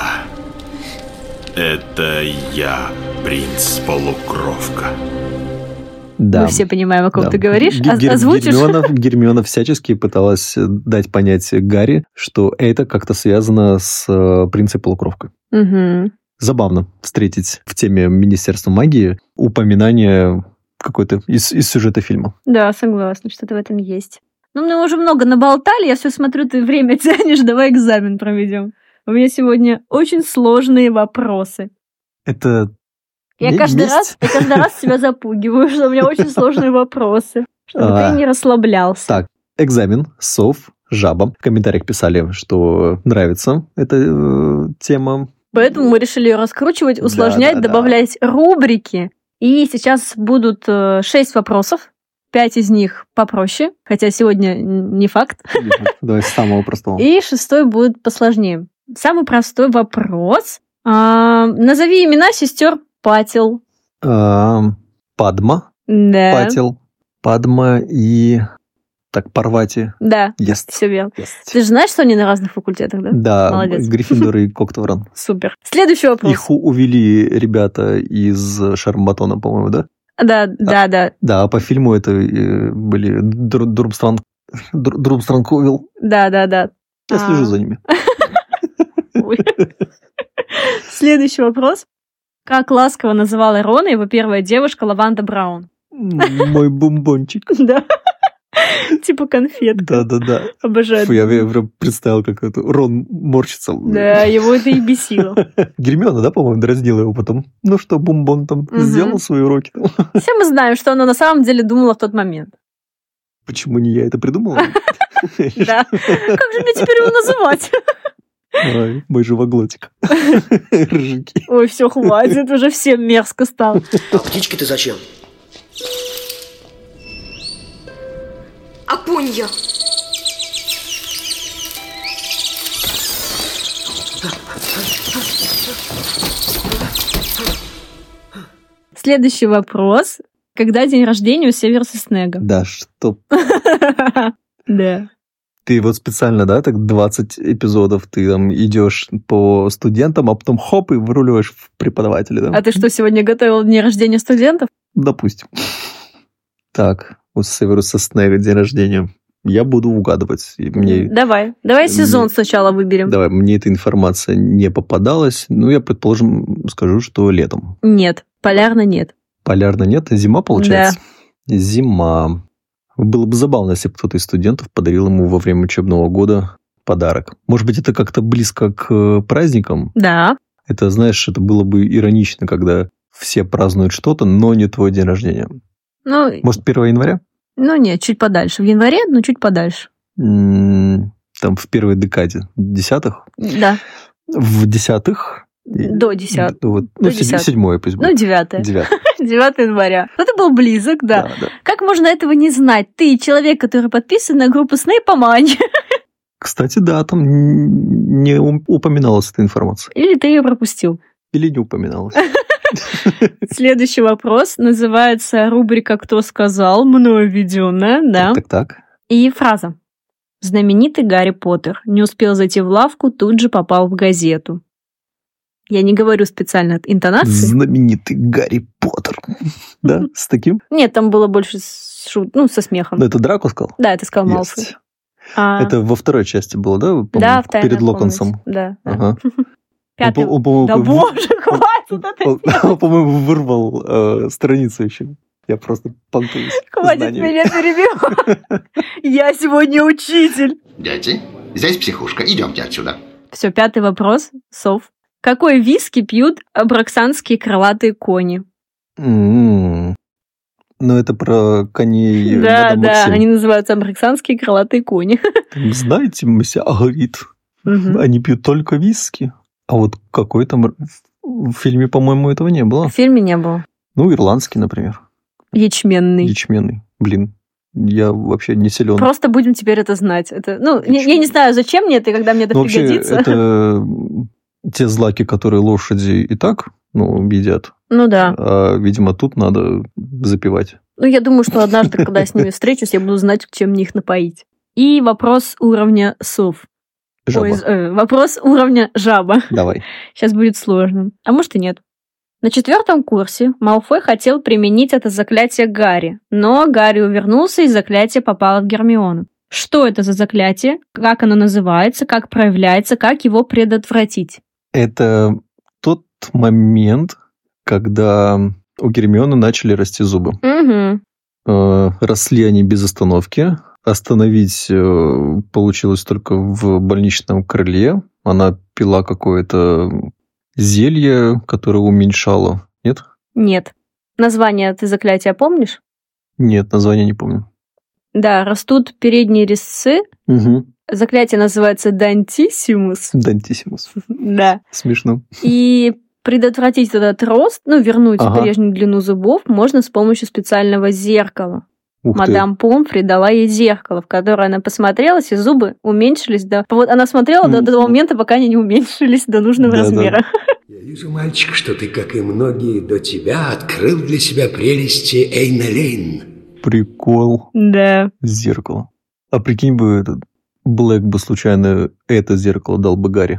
Speaker 10: это я, принц-полукровка.
Speaker 2: Да.
Speaker 1: Мы все понимаем, о ком да. ты говоришь.
Speaker 2: Гер- Гер-
Speaker 1: Озвучишь?
Speaker 2: Гермиона, Гермиона всячески пыталась дать понять Гарри, что это как-то связано с э, принцем-полукровкой.
Speaker 1: Угу.
Speaker 2: Забавно встретить в теме Министерства магии упоминание какой-то из, из сюжета фильма.
Speaker 1: Да, согласна, что-то в этом есть. Ну, мы уже много наболтали, я все смотрю, ты время тянешь, давай экзамен проведем. У меня сегодня очень сложные вопросы.
Speaker 2: Это
Speaker 1: я каждый раз, я каждый раз себя запугиваю, что у меня очень сложные вопросы, чтобы
Speaker 2: а,
Speaker 1: ты не расслаблялся.
Speaker 2: Так, экзамен, сов, жаба. В комментариях писали, что нравится эта э, тема.
Speaker 1: Поэтому мы решили ее раскручивать, усложнять, да, да, добавлять да. рубрики. И сейчас будут шесть вопросов. Пять из них попроще, хотя сегодня не факт.
Speaker 2: Давай с самого простого.
Speaker 1: И шестой будет посложнее. Самый простой вопрос. А, назови имена сестер Патил.
Speaker 2: А, Падма.
Speaker 1: Да.
Speaker 2: Патил. Падма и... Так, Парвати.
Speaker 1: Да,
Speaker 2: yes.
Speaker 1: все верно.
Speaker 2: Yes.
Speaker 1: Ты же знаешь, что они на разных факультетах, да?
Speaker 2: Да,
Speaker 1: молодец.
Speaker 2: Гриффиндор и Коктевран.
Speaker 1: Супер. Следующий вопрос.
Speaker 2: Их увели ребята из Шармбатона, по-моему, да?
Speaker 1: Да, да,
Speaker 2: а,
Speaker 1: да.
Speaker 2: Да, а по фильму это были Дурмстран Ковил.
Speaker 1: Да, да, да.
Speaker 2: Я слежу за ними.
Speaker 1: Следующий вопрос. Как ласково называла Рона его первая девушка Лаванда Браун?
Speaker 2: Мой бомбончик.
Speaker 1: Да. Типа конфетка.
Speaker 2: Да-да-да.
Speaker 1: Обожаю.
Speaker 2: Фу, я, я прям представил, как это Рон морщится.
Speaker 1: Да, его это и бесило.
Speaker 2: Гермиона, да, по-моему, дразнила его потом. Ну что, бомбон там угу. сделал свои уроки.
Speaker 1: Все мы знаем, что она на самом деле думала в тот момент.
Speaker 2: Почему не я это придумала?
Speaker 1: Да. Как же мне теперь его называть?
Speaker 2: Ой, мой живоглотик. Рыжики.
Speaker 1: Ой, все, хватит, уже всем мерзко стало.
Speaker 6: А птички-то зачем?
Speaker 4: Апунья.
Speaker 1: Следующий вопрос. Когда день рождения у Северуса Снега?
Speaker 2: Да, что?
Speaker 1: Да.
Speaker 2: Ты вот специально, да, так двадцать эпизодов ты там идешь по студентам, а потом хоп, и выруливаешь в преподавателя, да?
Speaker 1: А ты что, сегодня готовил день рождения студентов?
Speaker 2: Допустим. Так, у Северуса Снега день рождения. Я буду угадывать. И мне...
Speaker 1: Давай, давай сезон мне... сначала выберем.
Speaker 2: Давай, мне эта информация не попадалась. Ну, я, предположим, скажу, что летом.
Speaker 1: Нет, полярно нет.
Speaker 2: Полярно нет? Зима, получается? Да. Зима. Было бы забавно, если бы кто-то из студентов подарил ему во время учебного года подарок. Может быть, это как-то близко к праздникам?
Speaker 1: Да.
Speaker 2: Это, знаешь, это было бы иронично, когда все празднуют что-то, но не твой день рождения.
Speaker 1: Ну,
Speaker 2: может, первого января?
Speaker 1: Ну, нет, чуть подальше. В январе, но чуть подальше.
Speaker 2: М-м, там в первой декаде. Десятых?
Speaker 1: Да.
Speaker 2: В десятых?
Speaker 1: До десятых.
Speaker 2: Вот,
Speaker 1: До
Speaker 2: ну,
Speaker 1: десятых.
Speaker 2: седьмое пусть будет.
Speaker 1: Ну, девятое.
Speaker 2: Девятое.
Speaker 1: девятое января. Ну, ты был близок, да.
Speaker 2: Да, да.
Speaker 1: Как можно этого не знать? Ты человек, который подписан на группу Снейпомания.
Speaker 2: Кстати, да, там не упоминалась эта информация.
Speaker 1: Или ты ее пропустил.
Speaker 2: Или не упоминалась.
Speaker 1: Следующий вопрос называется рубрика «Кто сказал?», мною введенная, да?
Speaker 2: Так, так.
Speaker 1: И фраза. Знаменитый Гарри Поттер не успел зайти в лавку, тут же попал в газету. Я не говорю специально от интонации.
Speaker 2: Знаменитый Гарри Поттер. Да, с таким?
Speaker 1: Нет, там было больше шут, ну, со смехом.
Speaker 2: Ну, это Драко сказал?
Speaker 1: Да, это сказал Малфой.
Speaker 2: А... Это во второй части было, да?
Speaker 1: Да, в «Тайной
Speaker 2: перед Локонсом.
Speaker 1: Да.
Speaker 2: Ага.
Speaker 1: Пятый.
Speaker 2: Он, он,
Speaker 1: да
Speaker 2: он,
Speaker 1: боже, хватит это
Speaker 2: он, он, по-моему, вырвал э, страницу еще. Я просто понтуюсь.
Speaker 1: Хватит меня перебивать. Я сегодня учитель.
Speaker 8: Дети, здесь психушка. Идемте отсюда.
Speaker 1: Все, пятый вопрос. Сов. Какой виски пьют абраксанские крылатые кони?
Speaker 2: Mm-hmm. Ну, это про коней.
Speaker 1: Да, да, они называются абраксанские крылатые кони.
Speaker 2: Знаете, месье Агрит, угу. Они пьют только виски. А вот какой там... В фильме, по-моему, этого не было.
Speaker 1: В фильме не было.
Speaker 2: Ну, ирландский, например.
Speaker 1: Ячменный.
Speaker 2: Ячменный. Блин, я вообще не силен.
Speaker 1: Просто будем теперь это знать. Это, ну, не, я не знаю, зачем мне это, когда мне это
Speaker 2: ну,
Speaker 1: пригодится.
Speaker 2: Вообще, это те злаки, которые лошади и так, ну, едят.
Speaker 1: Ну, да.
Speaker 2: А, видимо, тут надо запивать.
Speaker 1: Ну, я думаю, что однажды, когда я с ними встречусь, я буду знать, чем мне их напоить. И вопрос уровня сов.
Speaker 2: Жаба.
Speaker 1: Ой, э, вопрос уровня жаба.
Speaker 2: Давай.
Speaker 1: Сейчас будет сложно. А может и нет. На четвертом курсе Малфой хотел применить это заклятие Гарри, но Гарри увернулся, и заклятие попало в Гермиону. Что это за заклятие? Как оно называется? Как проявляется? Как его предотвратить?
Speaker 2: Это тот момент, когда у Гермионы начали расти зубы.
Speaker 1: Угу.
Speaker 2: Э, росли они без остановки. Остановить э, получилось только в больничном крыле. Она пила какое-то зелье, которое уменьшало. Нет?
Speaker 1: Нет. Название ты заклятия помнишь?
Speaker 2: Нет, название не помню.
Speaker 1: Да, растут передние резцы.
Speaker 2: Угу.
Speaker 1: Заклятие называется Дантиссимус.
Speaker 2: Дантиссимус.
Speaker 1: Да.
Speaker 2: Смешно.
Speaker 1: И предотвратить этот рост, ну, вернуть
Speaker 2: ага.
Speaker 1: прежнюю длину зубов можно с помощью специального зеркала.
Speaker 2: Ух
Speaker 1: Мадам
Speaker 2: ты.
Speaker 1: Помфри дала ей зеркало, в которое она посмотрелась, и зубы уменьшились до... Вот она смотрела до, до того момента, пока они не уменьшились до нужного
Speaker 2: да,
Speaker 1: размера.
Speaker 2: Да.
Speaker 5: Я вижу, мальчик, что ты, как и многие до тебя, открыл для себя прелести Эйна Лейн.
Speaker 2: Прикол.
Speaker 1: Да.
Speaker 2: Зеркало. А прикинь бы, этот Блэк бы случайно это зеркало дал бы Гарри.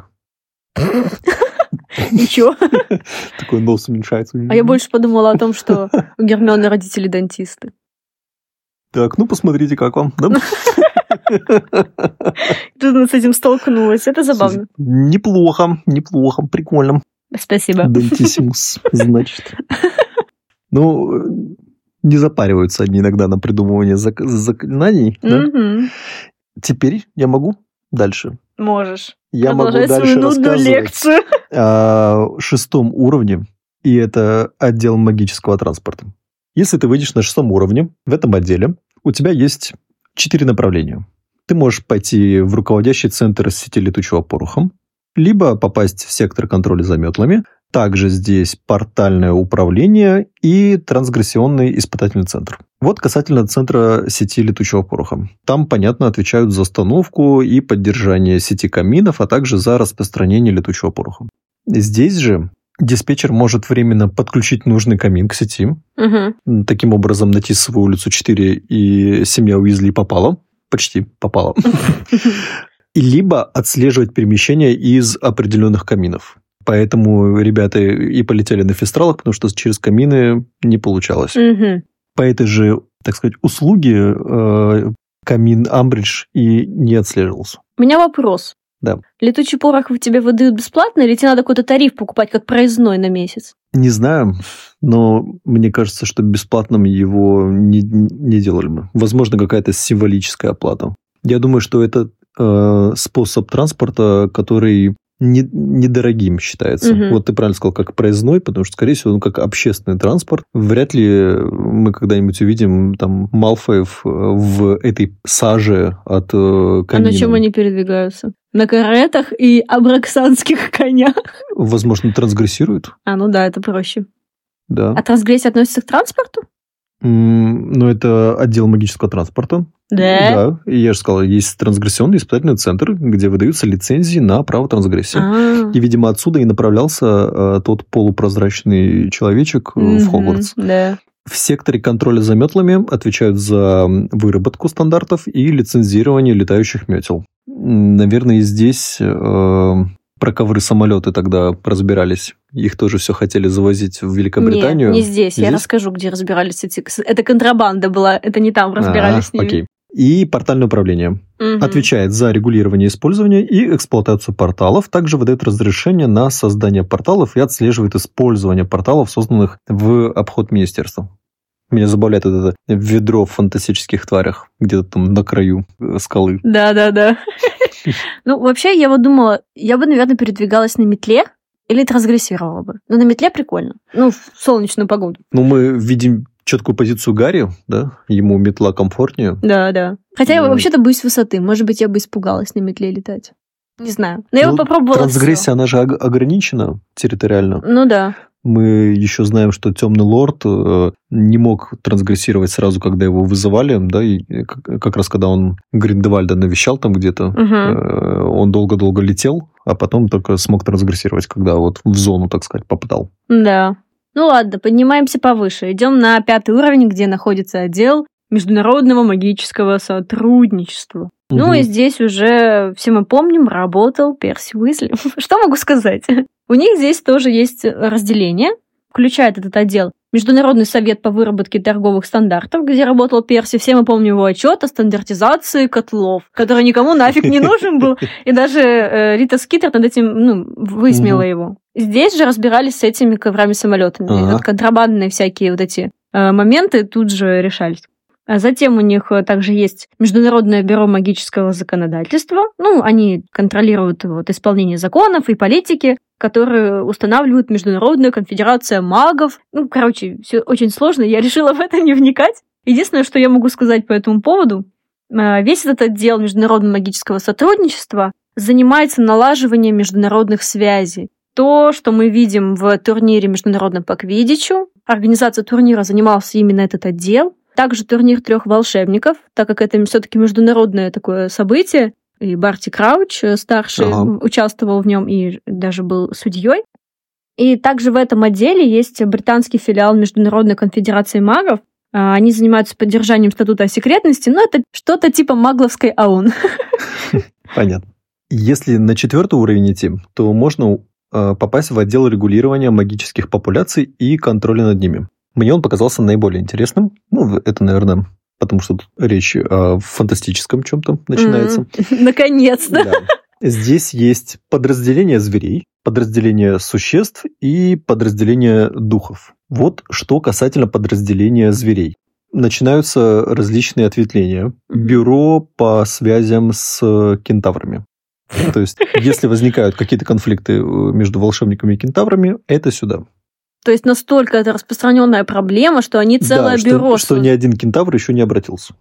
Speaker 1: Ничего.
Speaker 2: Такой нос уменьшается.
Speaker 1: А я больше подумала о том, что у Гермионы родители дантисты.
Speaker 2: Так, ну посмотрите, как вам, да?
Speaker 1: Тут она с этим столкнулась. Это забавно.
Speaker 2: Неплохо, неплохо, прикольно.
Speaker 1: Спасибо.
Speaker 2: Дантиссимус, значит. Ну, не запариваются они иногда на придумывание зак- заклинаний. Да?
Speaker 1: Угу.
Speaker 2: Теперь я могу дальше.
Speaker 1: Можешь.
Speaker 2: Я
Speaker 1: Продолжай
Speaker 2: могу дальше
Speaker 1: свою нудную лекцию.
Speaker 2: о шестом уровне, и это отдел магического транспорта. Если ты выйдешь на шестом уровне в этом отделе, у тебя есть четыре направления. Ты можешь пойти в руководящий центр сети летучего пороха, либо попасть в сектор контроля за метлами. Также здесь портальное управление и трансгрессионный испытательный центр. Вот касательно центра сети летучего пороха. Там, понятно, отвечают за установку и поддержание сети каминов, а также за распространение летучего пороха. Здесь же диспетчер может временно подключить нужный камин к сети.
Speaker 1: Угу.
Speaker 2: Таким образом, на Тисовую улицу четыре и семья Уизли попала. почти попало. Либо отслеживать перемещение из определенных каминов. Поэтому ребята и полетели на фестралах, потому что через камины не получалось.
Speaker 1: Угу.
Speaker 2: По этой же, так сказать, услуге э, камин Амбридж и не отслеживался.
Speaker 1: У меня вопрос.
Speaker 2: Да.
Speaker 1: Летучий порох тебе выдают бесплатно, или тебе надо какой-то тариф покупать, как проездной на месяц?
Speaker 2: Не знаю, но мне кажется, что бесплатным его не, не делали бы. Возможно, какая-то символическая оплата. Я думаю, что это э, способ транспорта, который не, недорогим считается.
Speaker 1: Угу.
Speaker 2: Вот ты правильно сказал, как проездной, потому что, скорее всего, он как общественный транспорт. Вряд ли мы когда-нибудь увидим там Малфоев в этой саже от э, камина.
Speaker 1: А на чем они передвигаются? На каретах и абраксанских конях?
Speaker 2: Возможно, трансгрессируют.
Speaker 1: А, ну да, это проще.
Speaker 2: Да.
Speaker 1: А трансгрессия относится к транспорту?
Speaker 2: Mm, ну, это отдел магического транспорта.
Speaker 1: Да?
Speaker 2: Да. И я же сказал, есть трансгрессионный испытательный центр, где выдаются лицензии на право трансгрессии.
Speaker 1: А-а-а.
Speaker 2: И, видимо, отсюда и направлялся а, тот полупрозрачный человечек mm-hmm, в Хогвартс.
Speaker 1: Да.
Speaker 2: В секторе контроля за метлами отвечают за выработку стандартов и лицензирование летающих метел. Наверное, и здесь э, про ковры-самолеты тогда разбирались. Их тоже все хотели завозить в Великобританию.
Speaker 1: Нет, не здесь.
Speaker 2: Не
Speaker 1: Я
Speaker 2: здесь?
Speaker 1: расскажу, где разбирались эти... Это контрабанда была, это не там разбирались
Speaker 2: а,
Speaker 1: с ними.
Speaker 2: Окей. И портальное управление.
Speaker 1: Угу.
Speaker 2: Отвечает за регулирование использования и эксплуатацию порталов. Также выдает разрешение на создание порталов и отслеживает использование порталов, созданных в обход министерства. Меня забавляет это ведро в фантастических тварях, где-то там на краю скалы.
Speaker 1: Да-да-да. Ну, вообще, я вот думала, я бы, наверное, передвигалась на метле или трансгрессировала бы. Но на метле прикольно. Ну, в солнечную погоду.
Speaker 2: Ну, мы видим четкую позицию Гарри, да? Ему метла комфортнее.
Speaker 1: Да-да. Хотя я вообще-то боюсь высоты. Может быть, я бы испугалась на метле летать. Не знаю. Но я бы попробовала.
Speaker 2: Трансгрессия, она же ограничена территориально.
Speaker 1: Ну да.
Speaker 2: Мы еще знаем, что Темный Лорд э, не мог трансгрессировать сразу, когда его вызывали, да, и как, как раз когда он Гриндевальда навещал там где-то,
Speaker 1: угу.
Speaker 2: э, он долго-долго летел, а потом только смог трансгрессировать, когда вот в зону, так сказать, попадал.
Speaker 1: Да. Ну ладно, поднимаемся повыше. Идем на пятый уровень, где находится отдел международного магического сотрудничества. Угу. Ну и здесь уже, все мы помним, работал Перси Уизли. Что могу сказать? У них здесь тоже есть разделение, включает этот отдел Международный совет по выработке торговых стандартов, где работал Перси. Все мы помним его отчет о стандартизации котлов, который никому нафиг не нужен был. И даже э, Рита Скитер над этим ну, высмеяла угу. его. Здесь же разбирались с этими коврами-самолетами. Ага. Вот контрабандные всякие вот эти э, моменты тут же решались. А затем у них также есть Международное бюро магического законодательства. Ну, они контролируют вот, исполнение законов и политики, которые устанавливает Международная конфедерация магов. Ну, короче, все очень сложно. Я решила в это не вникать. Единственное, что я могу сказать по этому поводу, весь этот отдел Международного магического сотрудничества занимается налаживанием международных связей. То, что мы видим в турнире международном по квиддичу, организация турнира занимался именно этот отдел. Также турнир трех волшебников, так как это все-таки международное такое событие. И Барти Крауч, старший, ага. участвовал в нем и даже был судьей. И также в этом отделе есть британский филиал Международной конфедерации магов. Они занимаются поддержанием статута о секретности, но это что-то типа магловской ООН.
Speaker 2: Понятно. Если на четвертый уровень идти, то можно попасть в отдел регулирования магических популяций и контроля над ними. Мне он показался наиболее интересным. Ну, это, наверное, потому что тут речь о фантастическом чем-то начинается.
Speaker 1: Mm-hmm. Наконец-то!
Speaker 2: Да. Здесь есть подразделение зверей, подразделение существ и подразделение духов. Вот что касательно подразделения зверей. Начинаются различные ответвления. Бюро по связям с кентаврами. То есть, если возникают какие-то конфликты между волшебниками и кентаврами, это сюда.
Speaker 1: То есть настолько это распространенная проблема, что они целое
Speaker 2: да,
Speaker 1: бюро.
Speaker 2: Что, что ни один кентавр еще не обратился.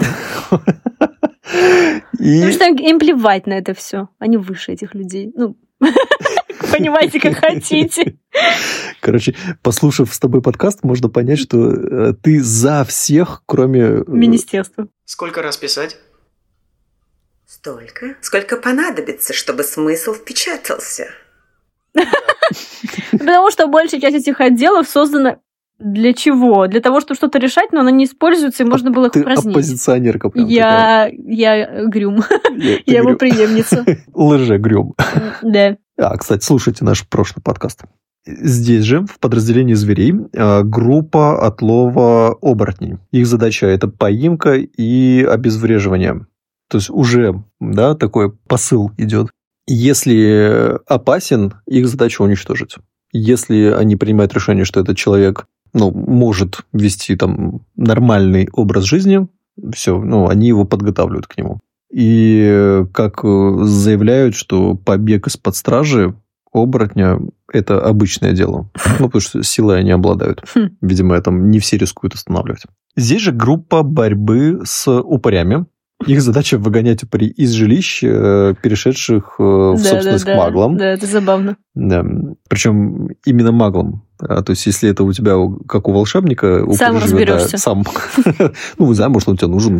Speaker 1: Потому что им плевать на это все. Они выше этих людей. Ну, понимаете, как хотите.
Speaker 2: Короче, послушав с тобой подкаст, можно понять, что ты за всех, кроме...
Speaker 1: Министерства.
Speaker 11: Сколько раз писать?
Speaker 9: Столько, сколько понадобится, чтобы смысл впечатался.
Speaker 1: Потому что большая часть этих отделов создана Для чего? Для того, чтобы что-то решать, но она не используется, и можно было их
Speaker 2: Ты
Speaker 1: упразднить.
Speaker 2: оппозиционерка прям
Speaker 1: Я, я Грюм.
Speaker 2: Я,
Speaker 1: Я его
Speaker 2: Грюм.
Speaker 1: преемница.
Speaker 2: Лже-Грюм.
Speaker 1: Да.
Speaker 2: А, кстати, слушайте наш прошлый подкаст. Здесь же, в подразделении зверей, группа отлова оборотней. Их задача – это поимка и обезвреживание. То есть уже, да, такой посыл идет. Если опасен, их задача уничтожить. Если они принимают решение, что этот человек, ну, может вести там нормальный образ жизни, все, ну, они его подготавливают к нему. И как заявляют, что побег из-под стражи оборотня – это обычное дело. Ну, потому что силой они обладают. Видимо, там не все рискуют останавливать. Здесь же группа борьбы с упырями. Их задача выгонять упырей из жилищ, перешедших в
Speaker 1: Да,
Speaker 2: собственность
Speaker 1: да,
Speaker 2: к
Speaker 1: да.
Speaker 2: маглам.
Speaker 1: Да, это забавно.
Speaker 2: Да. Причем именно маглам. А, то есть, если это у тебя, как у волшебника...
Speaker 1: Сам
Speaker 2: упырь живет,
Speaker 1: разберешься.
Speaker 2: да, сам. Ну, не знаю, может, он тебе нужен.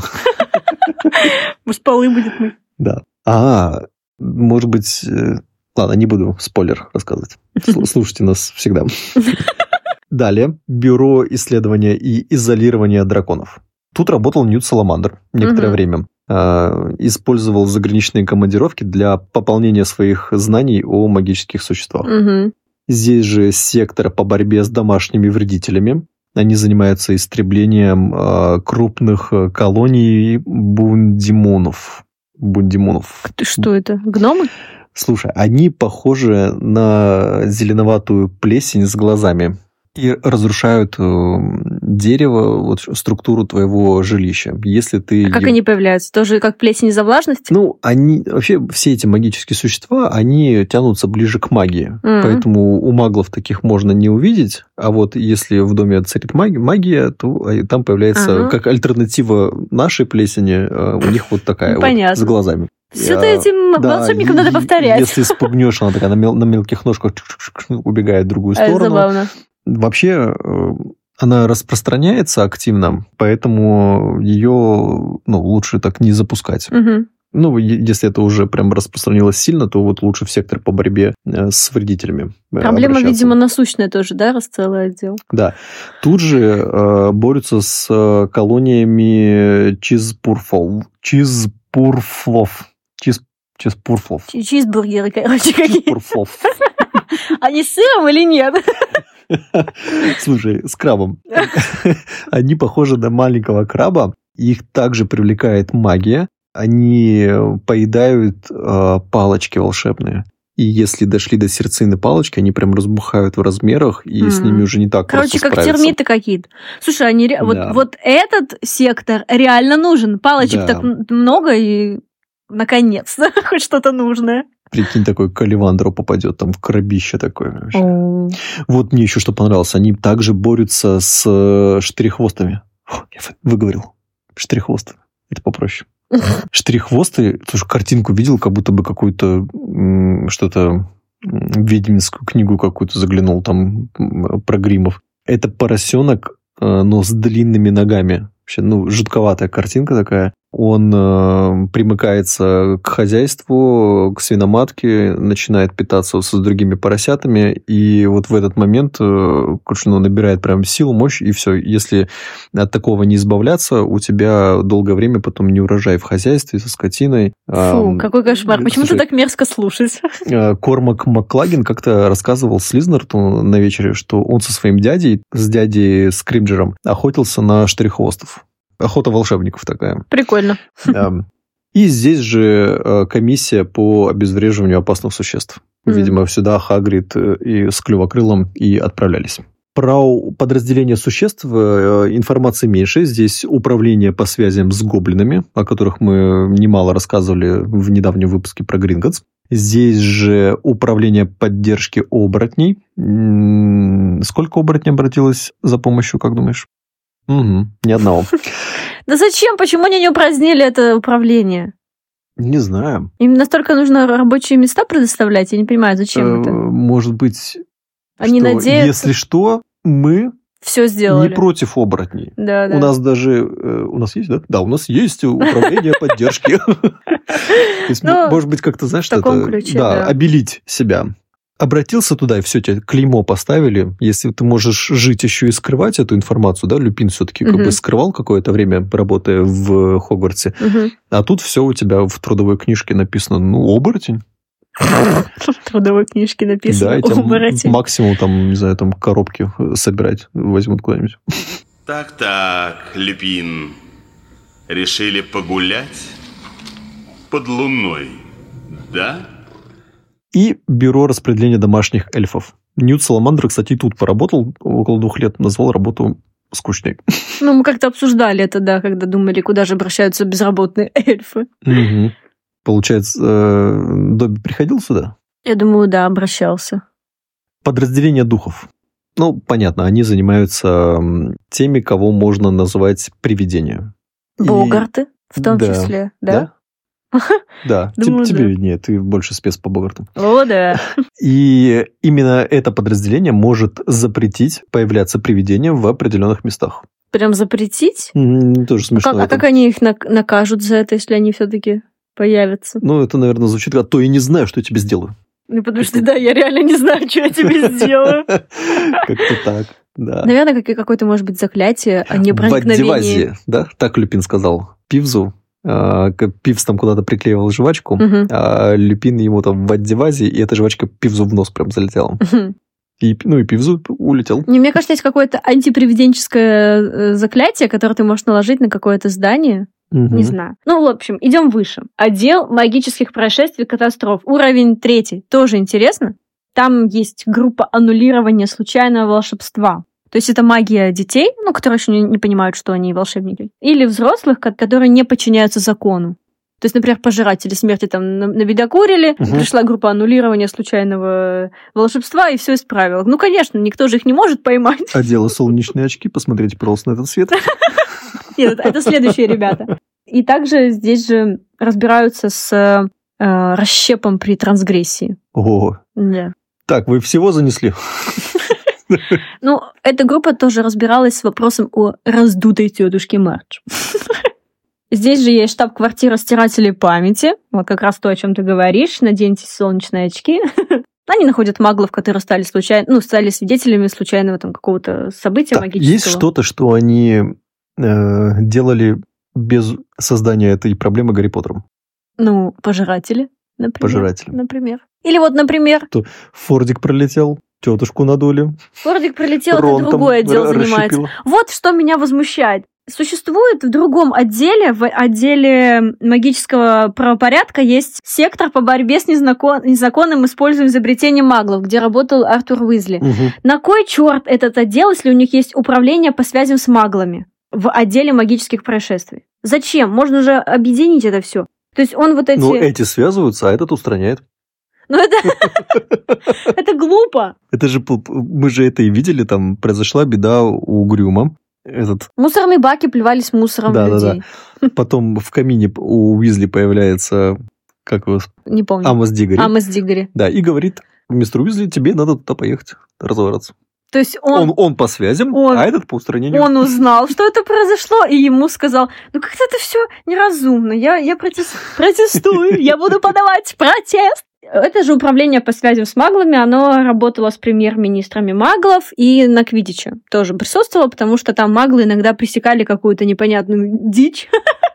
Speaker 1: Может, полы будет мыть.
Speaker 2: Да. А, может быть... э, Ладно, не буду спойлер рассказывать. Сл- Слушайте нас всегда. Далее. Бюро исследования и изолирования драконов. Тут работал Ньют Саламандр некоторое
Speaker 1: Мгм.
Speaker 2: время. А, Использовал заграничные командировки для пополнения своих знаний о магических существах.
Speaker 1: Мгм.
Speaker 2: Здесь же сектор по борьбе с домашними вредителями. Они занимаются истреблением а, крупных а, колоний бундимонов. Бундимонов.
Speaker 1: Ты Что это? Гномы?
Speaker 2: Слушай, они похожи на зеленоватую плесень с глазами и разрушают э, дерево, вот, структуру твоего жилища. Если ты...
Speaker 1: А как
Speaker 2: им-
Speaker 1: они появляются? Тоже как плесень из-за влажности?
Speaker 2: Ну, они вообще все эти магические существа, они тянутся ближе к магии.
Speaker 1: Мгм.
Speaker 2: Поэтому у маглов таких можно не увидеть. А вот если в доме царит маги- магия, то э, там появляется
Speaker 1: Ага.
Speaker 2: как альтернатива нашей плесени, э, у них вот такая
Speaker 1: Ну,
Speaker 2: вот
Speaker 1: понятно.
Speaker 2: с глазами.
Speaker 1: Все
Speaker 2: Я-
Speaker 1: этим
Speaker 2: Да,
Speaker 1: волшебникам
Speaker 2: и-
Speaker 1: надо повторять.
Speaker 2: Если спугнешь, она такая на, мел- на мелких ножках чук-чук-чук убегает в другую
Speaker 1: А, это
Speaker 2: сторону.
Speaker 1: забавно.
Speaker 2: Вообще, э, она распространяется активно, поэтому ее ну, лучше так не запускать.
Speaker 1: Мгм.
Speaker 2: Ну, е- если это уже прям распространилось сильно, то вот лучше в сектор по борьбе э, с вредителями э,
Speaker 1: Проблема,
Speaker 2: обращаться.
Speaker 1: видимо, насущная тоже, да, раз целый отдел?
Speaker 2: Да. Тут же э, борются с э, колониями чизпурфов. Чизпурфлов. Чиз, чизпурфлов.
Speaker 1: Чи- Чизбургеры, короче, какие.
Speaker 2: Чизпурфлов.
Speaker 1: Они с сыром или нет?
Speaker 2: Слушай, с крабом. Они похожи на маленького краба. Их также привлекает магия. Они поедают э, палочки волшебные. И если дошли до сердцины палочки, они прям разбухают в размерах, и с
Speaker 1: Мгм.
Speaker 2: ними уже не так
Speaker 1: Короче,
Speaker 2: просто
Speaker 1: как
Speaker 2: справиться.
Speaker 1: термиты какие-то. Слушай, они ре- вот,
Speaker 2: Да.
Speaker 1: вот этот сектор реально нужен. Палочек
Speaker 2: Да.
Speaker 1: так м- много, и наконец-то хоть что-то нужное.
Speaker 2: Прикинь, такой Каливандру попадет, там в крабище такое. вообще. Вот мне еще что понравилось. Они также борются с э, штрихвостами. Фу, я вы- выговорил. Штрихвосты. Это попроще. Штрихвосты, слушай, картинку видел, как будто бы какую-то м, что-то м, ведьминскую книгу какую-то заглянул там м, про гримов. Это поросенок, э, но с длинными ногами. Вообще, ну, жутковатая картинка такая. Он э, примыкается к хозяйству, к свиноматке, начинает питаться с другими поросятами, и вот в этот момент э, короче, ну, набирает прям силу, мощь, и все. Если от такого не избавляться, у тебя долгое время потом не урожай в хозяйстве со скотиной.
Speaker 1: Фу,
Speaker 2: А,
Speaker 1: какой кошмар. Почему
Speaker 2: слушай,
Speaker 1: ты так мерзко слушать?
Speaker 2: э, Кормак Маклагин как-то рассказывал Слизнерту на вечере, что он со своим дядей, с дядей Скримджером, охотился на штрихвостов. Охота волшебников такая.
Speaker 1: Прикольно.
Speaker 2: Да. И здесь же э, комиссия по обезвреживанию опасных существ.
Speaker 1: Мгм.
Speaker 2: Видимо, сюда Хагрид э, и с Клювокрылом и отправлялись. Про подразделение существ э, информации меньше. Здесь управление по связям с гоблинами, о которых мы немало рассказывали в недавнем выпуске про Гринготс. Здесь же управление поддержки оборотней. М, Сколько оборотней обратилось за помощью, как думаешь? Угу, ни одного.
Speaker 1: Да зачем? Почему они не упразднили это управление?
Speaker 2: Не знаю.
Speaker 1: Им настолько нужно рабочие места предоставлять? Я не понимаю, зачем
Speaker 2: Э,
Speaker 1: это?
Speaker 2: Может быть,
Speaker 1: Они
Speaker 2: что,
Speaker 1: надеются,
Speaker 2: если что, мы
Speaker 1: все сделали.
Speaker 2: не против оборотней.
Speaker 1: Да, да.
Speaker 2: У нас даже... э, У нас есть, да? Да, у нас есть управление поддержки. То есть,
Speaker 1: Ну,
Speaker 2: может быть, как-то, знаешь,
Speaker 1: в таком
Speaker 2: это...
Speaker 1: ключе,
Speaker 2: Да,
Speaker 1: да.
Speaker 2: обелить себя. обратился туда, и все, тебе клеймо поставили. Если ты можешь жить еще и скрывать эту информацию, да, Люпин все-таки угу. как бы скрывал какое-то время, работая в Хогвартсе, угу. а тут все у тебя в трудовой книжке написано, ну, оборотень.
Speaker 1: В трудовой книжке написано оборотень.
Speaker 2: Максимум там, не знаю, там коробки собирать возьмут куда-нибудь.
Speaker 10: Так-так, Люпин, решили погулять под луной, да?
Speaker 2: И бюро распределения домашних эльфов. Ньют Саламандр, кстати, и тут поработал около двух лет, назвал работу скучной.
Speaker 1: Ну, мы как-то обсуждали это, да, когда думали, куда же обращаются безработные эльфы.
Speaker 2: Угу. Получается, Добби приходил сюда?
Speaker 1: Я думаю, да, обращался.
Speaker 2: Подразделение духов. Ну, понятно, они занимаются теми, кого можно назвать привидения.
Speaker 1: Богарты, и... в том
Speaker 2: да.
Speaker 1: числе, да?
Speaker 2: Да. Да,
Speaker 1: Думаю,
Speaker 2: тебе
Speaker 1: да.
Speaker 2: виднее, ты больше спец по Богарту.
Speaker 1: О, да.
Speaker 2: И именно это подразделение может запретить появляться привидениям в определенных местах.
Speaker 1: Прям запретить?
Speaker 2: Mm, тоже смешно.
Speaker 1: А как, а как они их накажут за это, если они все-таки появятся?
Speaker 2: Ну, это, наверное, звучит как «то я не знаю, что я тебе сделаю».
Speaker 1: Ну, потому что, да, я реально не знаю, что я тебе сделаю.
Speaker 2: Как-то так, да.
Speaker 1: Наверное, какое-то, может быть, заклятие, а не проникновение.
Speaker 2: В Аддивазе, да, так Люпин сказал Пивзу. Пивз там куда-то приклеивал жвачку, угу. а Люпин ему там в Аддивазе, и эта жвачка Пивзу в нос прям залетела. Угу. И, ну и Пивзу улетел.
Speaker 1: Не, мне кажется, есть какое-то антипривиденческое заклятие, которое ты можешь наложить на какое-то здание. Угу. Не знаю. Ну, в общем, идем выше. Отдел магических происшествий и катастроф. Уровень третий. Тоже интересно. Там есть группа аннулирования случайного волшебства. То есть это магия детей, ну, которые еще не, не понимают, что они волшебники, или взрослых, которые не подчиняются закону. То есть, например, пожиратели смерти там набедокурили, угу. пришла группа аннулирования случайного волшебства и все исправила. Ну, конечно, никто же их не может поймать.
Speaker 2: Одела солнечные очки, посмотрите, пожалуйста, на этот свет.
Speaker 1: Нет, это следующие ребята. И также здесь же разбираются с расщепом при трансгрессии.
Speaker 2: О, так, вы всего занесли?
Speaker 1: Ну, эта группа тоже разбиралась с вопросом о раздутой тетушке Мардж. Здесь же есть штаб-квартира стирателей памяти. Вот как раз то, о чем ты говоришь. Наденьте солнечные очки. Они находят маглов, которые стали случайно, ну, стали свидетелями случайного там какого-то события
Speaker 2: так,
Speaker 1: магического.
Speaker 2: Есть что-то, что они э, делали без создания этой проблемы Гарри Поттером?
Speaker 1: Ну, пожиратели, например.
Speaker 2: Пожиратели.
Speaker 1: Например. Или вот, например...
Speaker 2: То Фордик пролетел. Тетушку надули.
Speaker 1: Фордик прилетел, это другое дело занимается. Вот что меня возмущает. Существует в другом отделе, в отделе магического правопорядка, есть сектор по борьбе с незакон... незаконным использованием изобретений маглов, где работал Артур Уизли. Угу. На кой черт этот отдел, если у них есть управление по связям с маглами в отделе магических происшествий? Зачем? Можно же объединить это все. То есть он вот эти...
Speaker 2: Ну, эти связываются, а этот устраняет.
Speaker 1: Ну, это... это глупо.
Speaker 2: Это же... Мы же это и видели, там произошла беда у Грюма. Этот...
Speaker 1: Мусорные баки плевались мусором
Speaker 2: да,
Speaker 1: в людей.
Speaker 2: Да, да. Потом в камине у Уизли появляется... Как его...
Speaker 1: Не помню.
Speaker 2: Амос Диггори.
Speaker 1: Амос Диггори.
Speaker 2: Да, и говорит, мистер Уизли, тебе надо туда поехать, разобраться.
Speaker 1: То есть он...
Speaker 2: Он, он по связям,
Speaker 1: он,
Speaker 2: а этот по устранению.
Speaker 1: Он узнал, что это произошло, и ему сказал, ну как-то это все неразумно, я, я протест... протестую, я буду подавать протест. Это же управление по связям с маглами, оно работало с премьер-министрами маглов и на Квиддиче тоже присутствовало, потому что там маглы иногда пресекали какую-то непонятную дичь.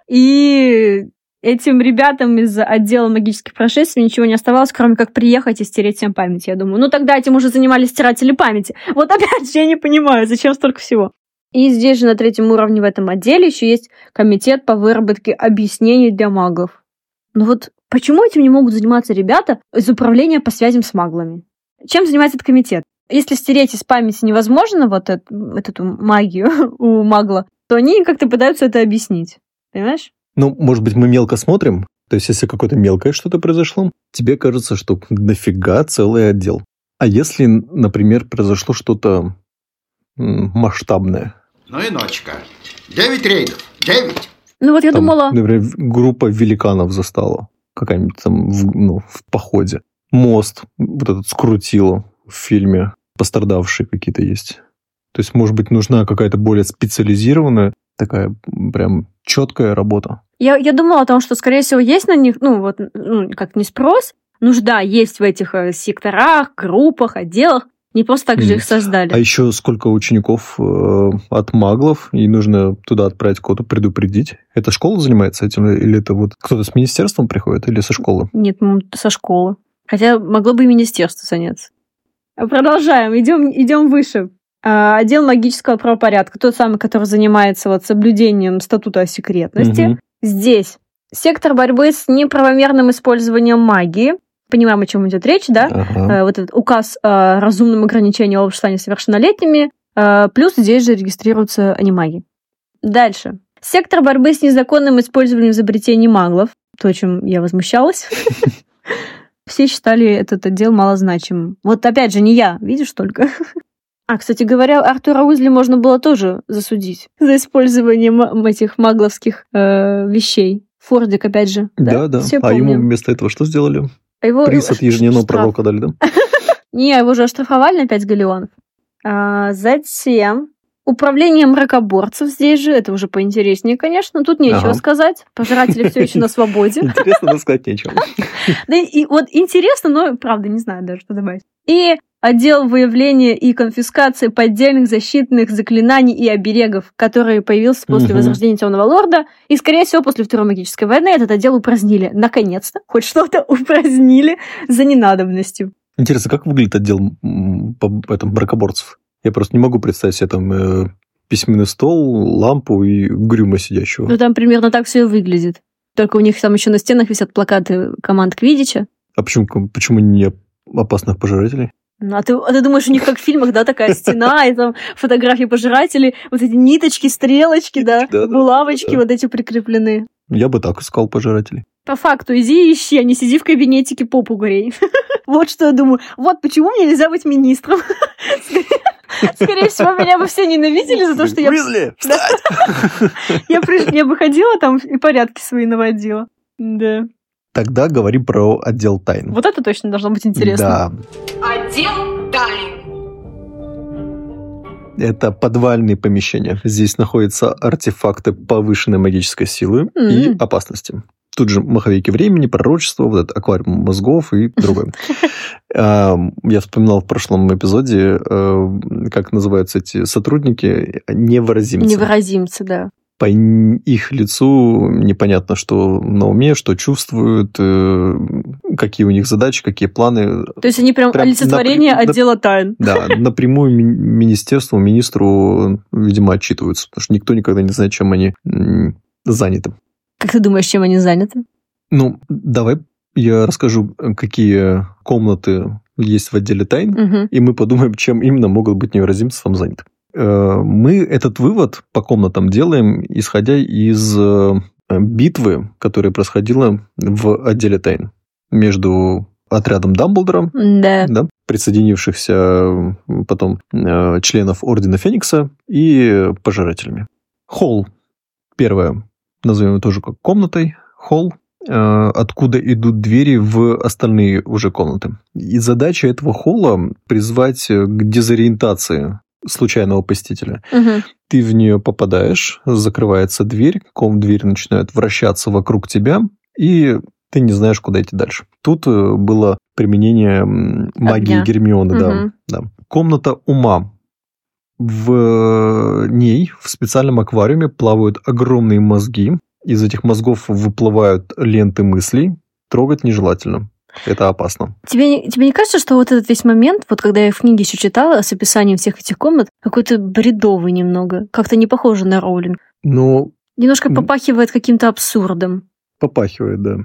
Speaker 1: И этим ребятам из отдела магических происшествий ничего не оставалось, кроме как приехать и стереть всем память, я думаю. Ну тогда этим уже занимались стиратели памяти. Вот опять же, я не понимаю, зачем столько всего. И здесь же на третьем уровне в этом отделе еще есть комитет по выработке объяснений для маглов. Ну вот почему этим не могут заниматься ребята из управления по связям с маглами? Чем занимается этот комитет? Если стереть из памяти невозможно вот эту, вот эту магию у магла, то они как-то пытаются это объяснить. Понимаешь?
Speaker 2: Ну, может быть, мы мелко смотрим. То есть, если какое-то мелкое что-то произошло, тебе кажется, что нафига целый отдел. А если, например, произошло что-то масштабное?
Speaker 8: Ну и ночка. Девять рейдов. Девять.
Speaker 1: Ну вот я
Speaker 2: там,
Speaker 1: думала...
Speaker 2: Например, группа великанов застала. Какая-нибудь там в, ну, в походе. Мост вот этот скрутило в фильме. Пострадавшие какие-то есть. То есть, может быть, нужна какая-то более специализированная, такая прям четкая работа.
Speaker 1: Я, я думала о том, что, скорее всего, есть на них, ну, вот, ну, как не спрос, нужда есть в этих секторах, группах, отделах. Не просто так же mm. их создали.
Speaker 2: А еще сколько учеников э, от маглов, и нужно туда отправить кого-то предупредить. Это школа занимается этим? Или это вот кто-то с министерством приходит, или со школы?
Speaker 1: Нет, со школы. Хотя могло бы и министерство заняться. Продолжаем, идем, идем выше. Отдел магического правопорядка, тот самый, который занимается вот соблюдением статута о секретности. Mm-hmm. Здесь сектор борьбы с неправомерным использованием магии. Понимаем, о чем идет речь, да? Ага. Вот этот указ о разумном ограничении общества несовершеннолетними, плюс здесь же регистрируются анимаги. Дальше. Сектор борьбы с незаконным использованием изобретений маглов, то, чем я возмущалась. Все считали этот отдел малозначимым. Вот опять же, не я, видишь только. А, кстати говоря, Артура Уизли можно было тоже засудить за использование этих магловских э, вещей. Фордик, опять же.
Speaker 2: Да, да. да. А ему вместо этого что сделали?
Speaker 1: Его
Speaker 2: приз от ежедневного пророка дали, да?
Speaker 1: Не, его же оштрафовали на пять галлеонов. А, затем управление мракоборцев здесь же, это уже поинтереснее, конечно. Тут нечего ага. сказать. Пожиратели все еще на свободе.
Speaker 2: Интересно, но сказать нечего.
Speaker 1: Да и вот интересно, но правда не знаю даже, что добавить. И отдел выявления и конфискации поддельных защитных заклинаний и оберегов, который появился после угу. возрождения Темного Лорда. И, скорее всего, после Второй магической войны этот отдел упразднили. Наконец-то, хоть что-то упразднили за ненадобностью.
Speaker 2: Интересно, как выглядит отдел по этому бракоборцев? Я просто не могу представить себе там э, письменный стол, лампу и угрюмо сидящего.
Speaker 1: Ну, там примерно так все и выглядит. Только у них там еще на стенах висят плакаты команд Квиддича.
Speaker 2: А почему, почему не опасных пожирателей?
Speaker 1: Ну, а ты, а ты думаешь, у них как в фильмах, да, такая стена, и там фотографии пожирателей, вот эти ниточки, стрелочки, да, булавочки вот эти прикреплены.
Speaker 2: Я бы так искал пожирателей.
Speaker 1: По факту, иди ищи, а не сиди в кабинетике попу грей. Вот что я думаю. Вот почему мне нельзя быть министром. Скорее всего, меня бы все ненавидели за то, что я...
Speaker 2: Уизли, встать!
Speaker 1: Я бы ходила там и порядки свои наводила. Да.
Speaker 2: Тогда говорим про отдел тайн.
Speaker 1: Вот это точно должно быть интересно.
Speaker 9: Да. Отдел тайн.
Speaker 2: Это подвальные помещения. Здесь находятся артефакты повышенной магической силы mm-hmm. и опасности. Тут же маховики времени, пророчество, вот этот аквариум мозгов и другое. Я вспоминал в прошлом эпизоде, как называются эти сотрудники, невыразимцы.
Speaker 1: Невыразимцы, да.
Speaker 2: По их лицу непонятно, что на уме, что чувствуют, какие у них задачи, какие планы.
Speaker 1: То есть они прям, прям олицетворение напр... отдела тайн.
Speaker 2: Да, напрямую министерству, министру, видимо, отчитываются, потому что никто никогда не знает, чем они заняты.
Speaker 1: Как ты думаешь, чем они заняты?
Speaker 2: Ну, давай я расскажу, какие комнаты есть в отделе тайн, угу. и мы подумаем, чем именно могут быть невыразимцы там заняты. Мы этот вывод по комнатам делаем, исходя из битвы, которая происходила в отделе тайн между отрядом Дамблдора,
Speaker 1: да.
Speaker 2: Да, присоединившихся потом членов Ордена Феникса и пожирателями. Холл. Первое. Назовем его тоже как комнатой. Холл. Откуда идут двери в остальные уже комнаты. И задача этого холла призвать к дезориентации случайного посетителя.
Speaker 1: Угу.
Speaker 2: Ты в нее попадаешь, закрывается дверь, ком дверь начинает вращаться вокруг тебя, и ты не знаешь, куда идти дальше. Тут было применение магии Огня. Гермионы. Угу. Да, да. Комната ума. В ней, в специальном аквариуме, плавают огромные мозги. Из этих мозгов выплывают ленты мыслей. Трогать нежелательно. Это опасно.
Speaker 1: Тебе, тебе не кажется, что вот этот весь момент, вот когда я в книге еще читала с описанием всех этих комнат, какой-то бредовый немного, как-то не похоже на Роулинг?
Speaker 2: Ну...
Speaker 1: Немножко попахивает каким-то абсурдом.
Speaker 2: Попахивает, да.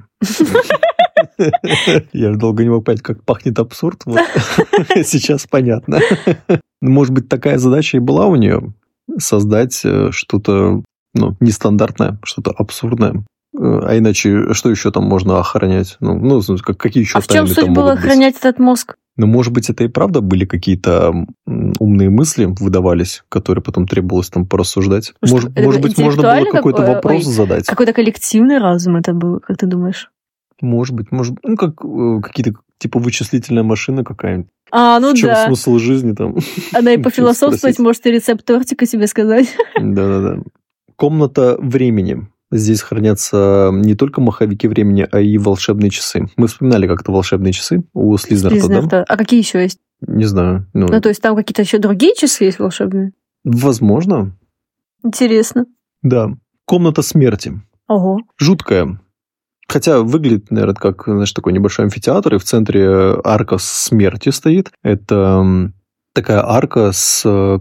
Speaker 2: Я долго не мог понять, как пахнет абсурд. Сейчас понятно. Может быть, такая задача и была у нее? Создать что-то нестандартное, что-то абсурдное. А иначе, что еще там можно охранять? Ну, ну какие еще
Speaker 1: а в чем суть было охранять этот мозг?
Speaker 2: Ну, может быть, это и правда были какие-то умные мысли выдавались, которые потом требовалось там порассуждать. Может,
Speaker 1: это
Speaker 2: может быть, можно было какой-то
Speaker 1: какой,
Speaker 2: вопрос
Speaker 1: ой,
Speaker 2: задать.
Speaker 1: Какой-то коллективный разум это был, как ты думаешь?
Speaker 2: Может быть, может быть. Ну, как какие-то, типа, вычислительная машина какая-нибудь.
Speaker 1: А, ну
Speaker 2: в чем
Speaker 1: да.
Speaker 2: смысл жизни там?
Speaker 1: Она и пофилософствовать может и рецепт тортика себе сказать.
Speaker 2: Да-да-да. Комната времени. Здесь хранятся не только маховики времени, а и волшебные часы. Мы вспоминали как-то волшебные часы у Слизерта,
Speaker 1: Слизерта.
Speaker 2: да?
Speaker 1: А какие еще есть?
Speaker 2: Не знаю. Ну,
Speaker 1: ну, то есть там какие-то еще другие часы есть волшебные?
Speaker 2: Возможно.
Speaker 1: Интересно.
Speaker 2: Да. Комната смерти.
Speaker 1: Ого.
Speaker 2: Жуткая. Хотя выглядит, наверное, как, знаешь, такой небольшой амфитеатр, и в центре арка смерти стоит. Это такая арка с,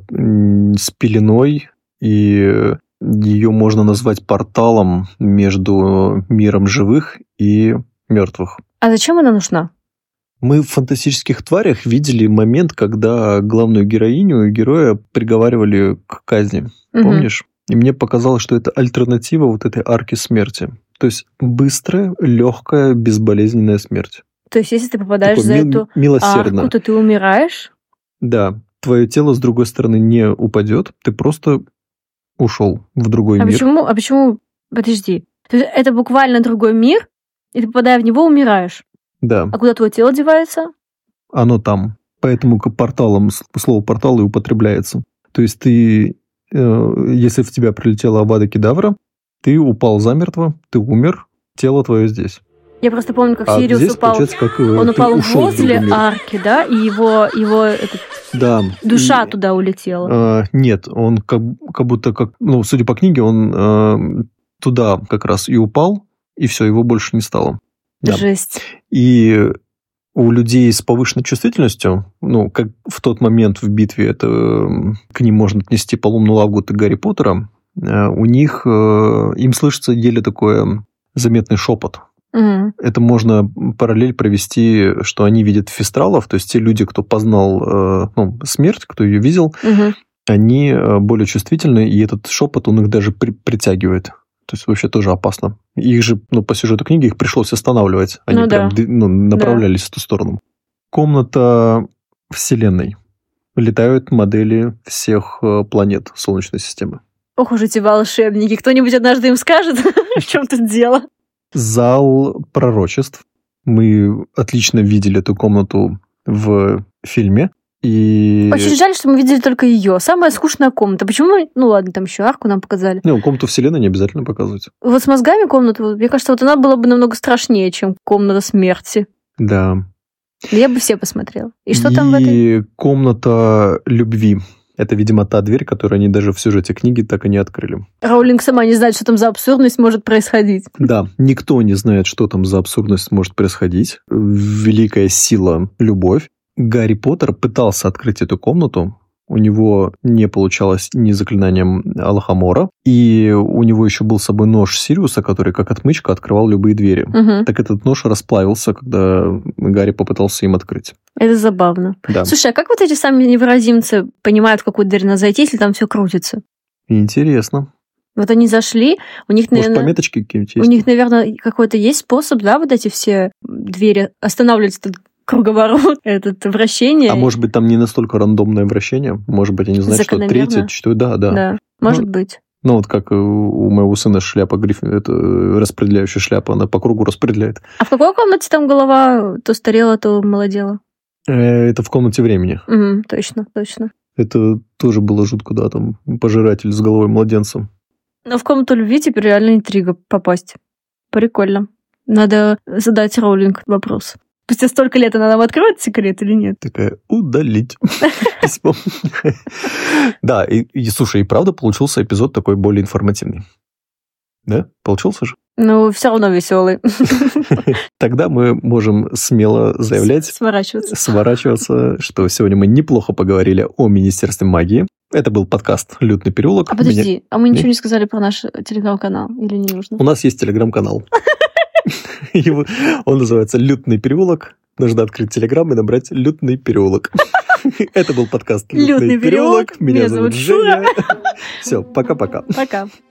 Speaker 2: с пеленой, и ее можно назвать порталом между миром живых и мертвых.
Speaker 1: А зачем она нужна?
Speaker 2: Мы в «Фантастических тварях» видели момент, когда главную героиню и героя приговаривали к казни. Угу. Помнишь? И мне показалось, что это альтернатива вот этой арке смерти. То есть быстрая, легкая, безболезненная смерть.
Speaker 1: То есть если ты попадаешь
Speaker 2: Такой
Speaker 1: за
Speaker 2: ми-
Speaker 1: эту
Speaker 2: милосердно.
Speaker 1: арку, то ты умираешь?
Speaker 2: Да. Твое тело с другой стороны не упадет, ты просто ушел в другой
Speaker 1: а
Speaker 2: мир.
Speaker 1: Почему? А почему? Подожди. То есть это буквально другой мир, и ты, попадая в него, умираешь?
Speaker 2: Да.
Speaker 1: А куда твое тело девается?
Speaker 2: Оно там. Поэтому к порталам, слово «портал» и употребляется. То есть ты, э, если в тебя прилетела Авада Кедавра, ты упал замертво, ты умер, тело твое здесь.
Speaker 1: Я просто помню, как
Speaker 2: а
Speaker 1: Сириус
Speaker 2: здесь,
Speaker 1: упал.
Speaker 2: Как,
Speaker 1: он упал возле арки, да, и его, его этот,
Speaker 2: да.
Speaker 1: душа
Speaker 2: и,
Speaker 1: туда улетела.
Speaker 2: Э, нет, он как, как будто, как, ну, судя по книге, он э, туда как раз и упал, и все, его больше не стало. Да.
Speaker 1: Жесть. И
Speaker 2: у людей с повышенной чувствительностью, ну, как в тот момент в битве, это к ним можно отнести полумную лагуту Гарри Поттера, у них, им слышится еле такой заметный шепот.
Speaker 1: Угу.
Speaker 2: Это можно параллель провести, что они видят фистралов, то есть те люди, кто познал ну, смерть, кто ее видел,
Speaker 1: угу.
Speaker 2: они более чувствительны, и этот шепот он их даже при- притягивает. То есть вообще тоже опасно. Их же, ну, по сюжету книги их пришлось останавливать. Они
Speaker 1: ну,
Speaker 2: прям
Speaker 1: да.
Speaker 2: ну, направлялись
Speaker 1: да.
Speaker 2: в ту сторону. Комната Вселенной. Летают модели всех планет Солнечной системы.
Speaker 1: Ох уж эти волшебники. Кто-нибудь однажды им скажет, в чем тут дело?
Speaker 2: Зал пророчеств. Мы отлично видели эту комнату в фильме. И...
Speaker 1: Очень жаль, что мы видели только ее. Самая скучная комната. Почему? Ну ладно, там еще арку нам показали.
Speaker 2: Не, комнату Вселенной не обязательно показывать.
Speaker 1: Вот с мозгами комнату, мне кажется, вот она была бы намного страшнее, чем комната смерти.
Speaker 2: Да.
Speaker 1: Я бы все посмотрела. И что
Speaker 2: и
Speaker 1: там в этой?
Speaker 2: И комната любви. Это, видимо, та дверь, которую они даже в сюжете книги так и не открыли.
Speaker 1: Роулинг сама не знает, что там за абсурдность может происходить.
Speaker 2: Да, никто не знает, что там за абсурдность может происходить. Великая сила – любовь. Гарри Поттер пытался открыть эту комнату. У него не получалось ни заклинанием Алахамора. И у него еще был с собой нож Сириуса, который как отмычка открывал любые двери.
Speaker 1: Угу.
Speaker 2: Так этот нож расплавился, когда Гарри попытался им открыть.
Speaker 1: Это забавно.
Speaker 2: Да.
Speaker 1: Слушай, а как вот эти сами невыразимцы понимают, в какую дверь надо зайти, если там все крутится?
Speaker 2: Интересно.
Speaker 1: Вот они зашли, у них,
Speaker 2: Может,
Speaker 1: наверное...
Speaker 2: пометочки какие-нибудь есть?
Speaker 1: У них, наверное, какой-то есть способ, да, вот эти все двери останавливать этот круговорот, это вращение.
Speaker 2: А может быть, там не настолько рандомное вращение? Может быть, они знают, что третье, четвертое... Да, да.
Speaker 1: Да, может
Speaker 2: ну,
Speaker 1: быть.
Speaker 2: Ну, вот как у моего сына шляпа Гриффин, это распределяющая шляпа, она по кругу распределяет.
Speaker 1: А в какой комнате там голова то старела, то молодела?
Speaker 2: Это в комнате времени.
Speaker 1: Угу, точно, точно.
Speaker 2: Это тоже было жутко, да, там пожиратель с головой младенца.
Speaker 1: Но в комнату любви теперь реально интрига попасть. Прикольно. Надо задать Роулинг вопрос. Спустя столько лет она нам откроет секрет или нет?
Speaker 2: Такая, удалить письмо. Да, и, слушай, и правда получился эпизод такой более информативный. Да? Получился же?
Speaker 1: Ну, все равно веселый.
Speaker 2: Тогда мы можем смело заявлять,
Speaker 1: сворачиваться.
Speaker 2: сворачиваться, что сегодня мы неплохо поговорили о Министерстве магии. Это был подкаст «Лютный переулок».
Speaker 1: А подожди, Меня... а мы ничего не сказали про наш телеграм-канал? Или не нужно?
Speaker 2: У нас есть телеграм-канал. Он называется «Лютный переулок». Нужно открыть телеграм и набрать «Лютный переулок». Это был подкаст «Лютный переулок». Меня зовут Женя. Все, пока-пока.
Speaker 1: Пока.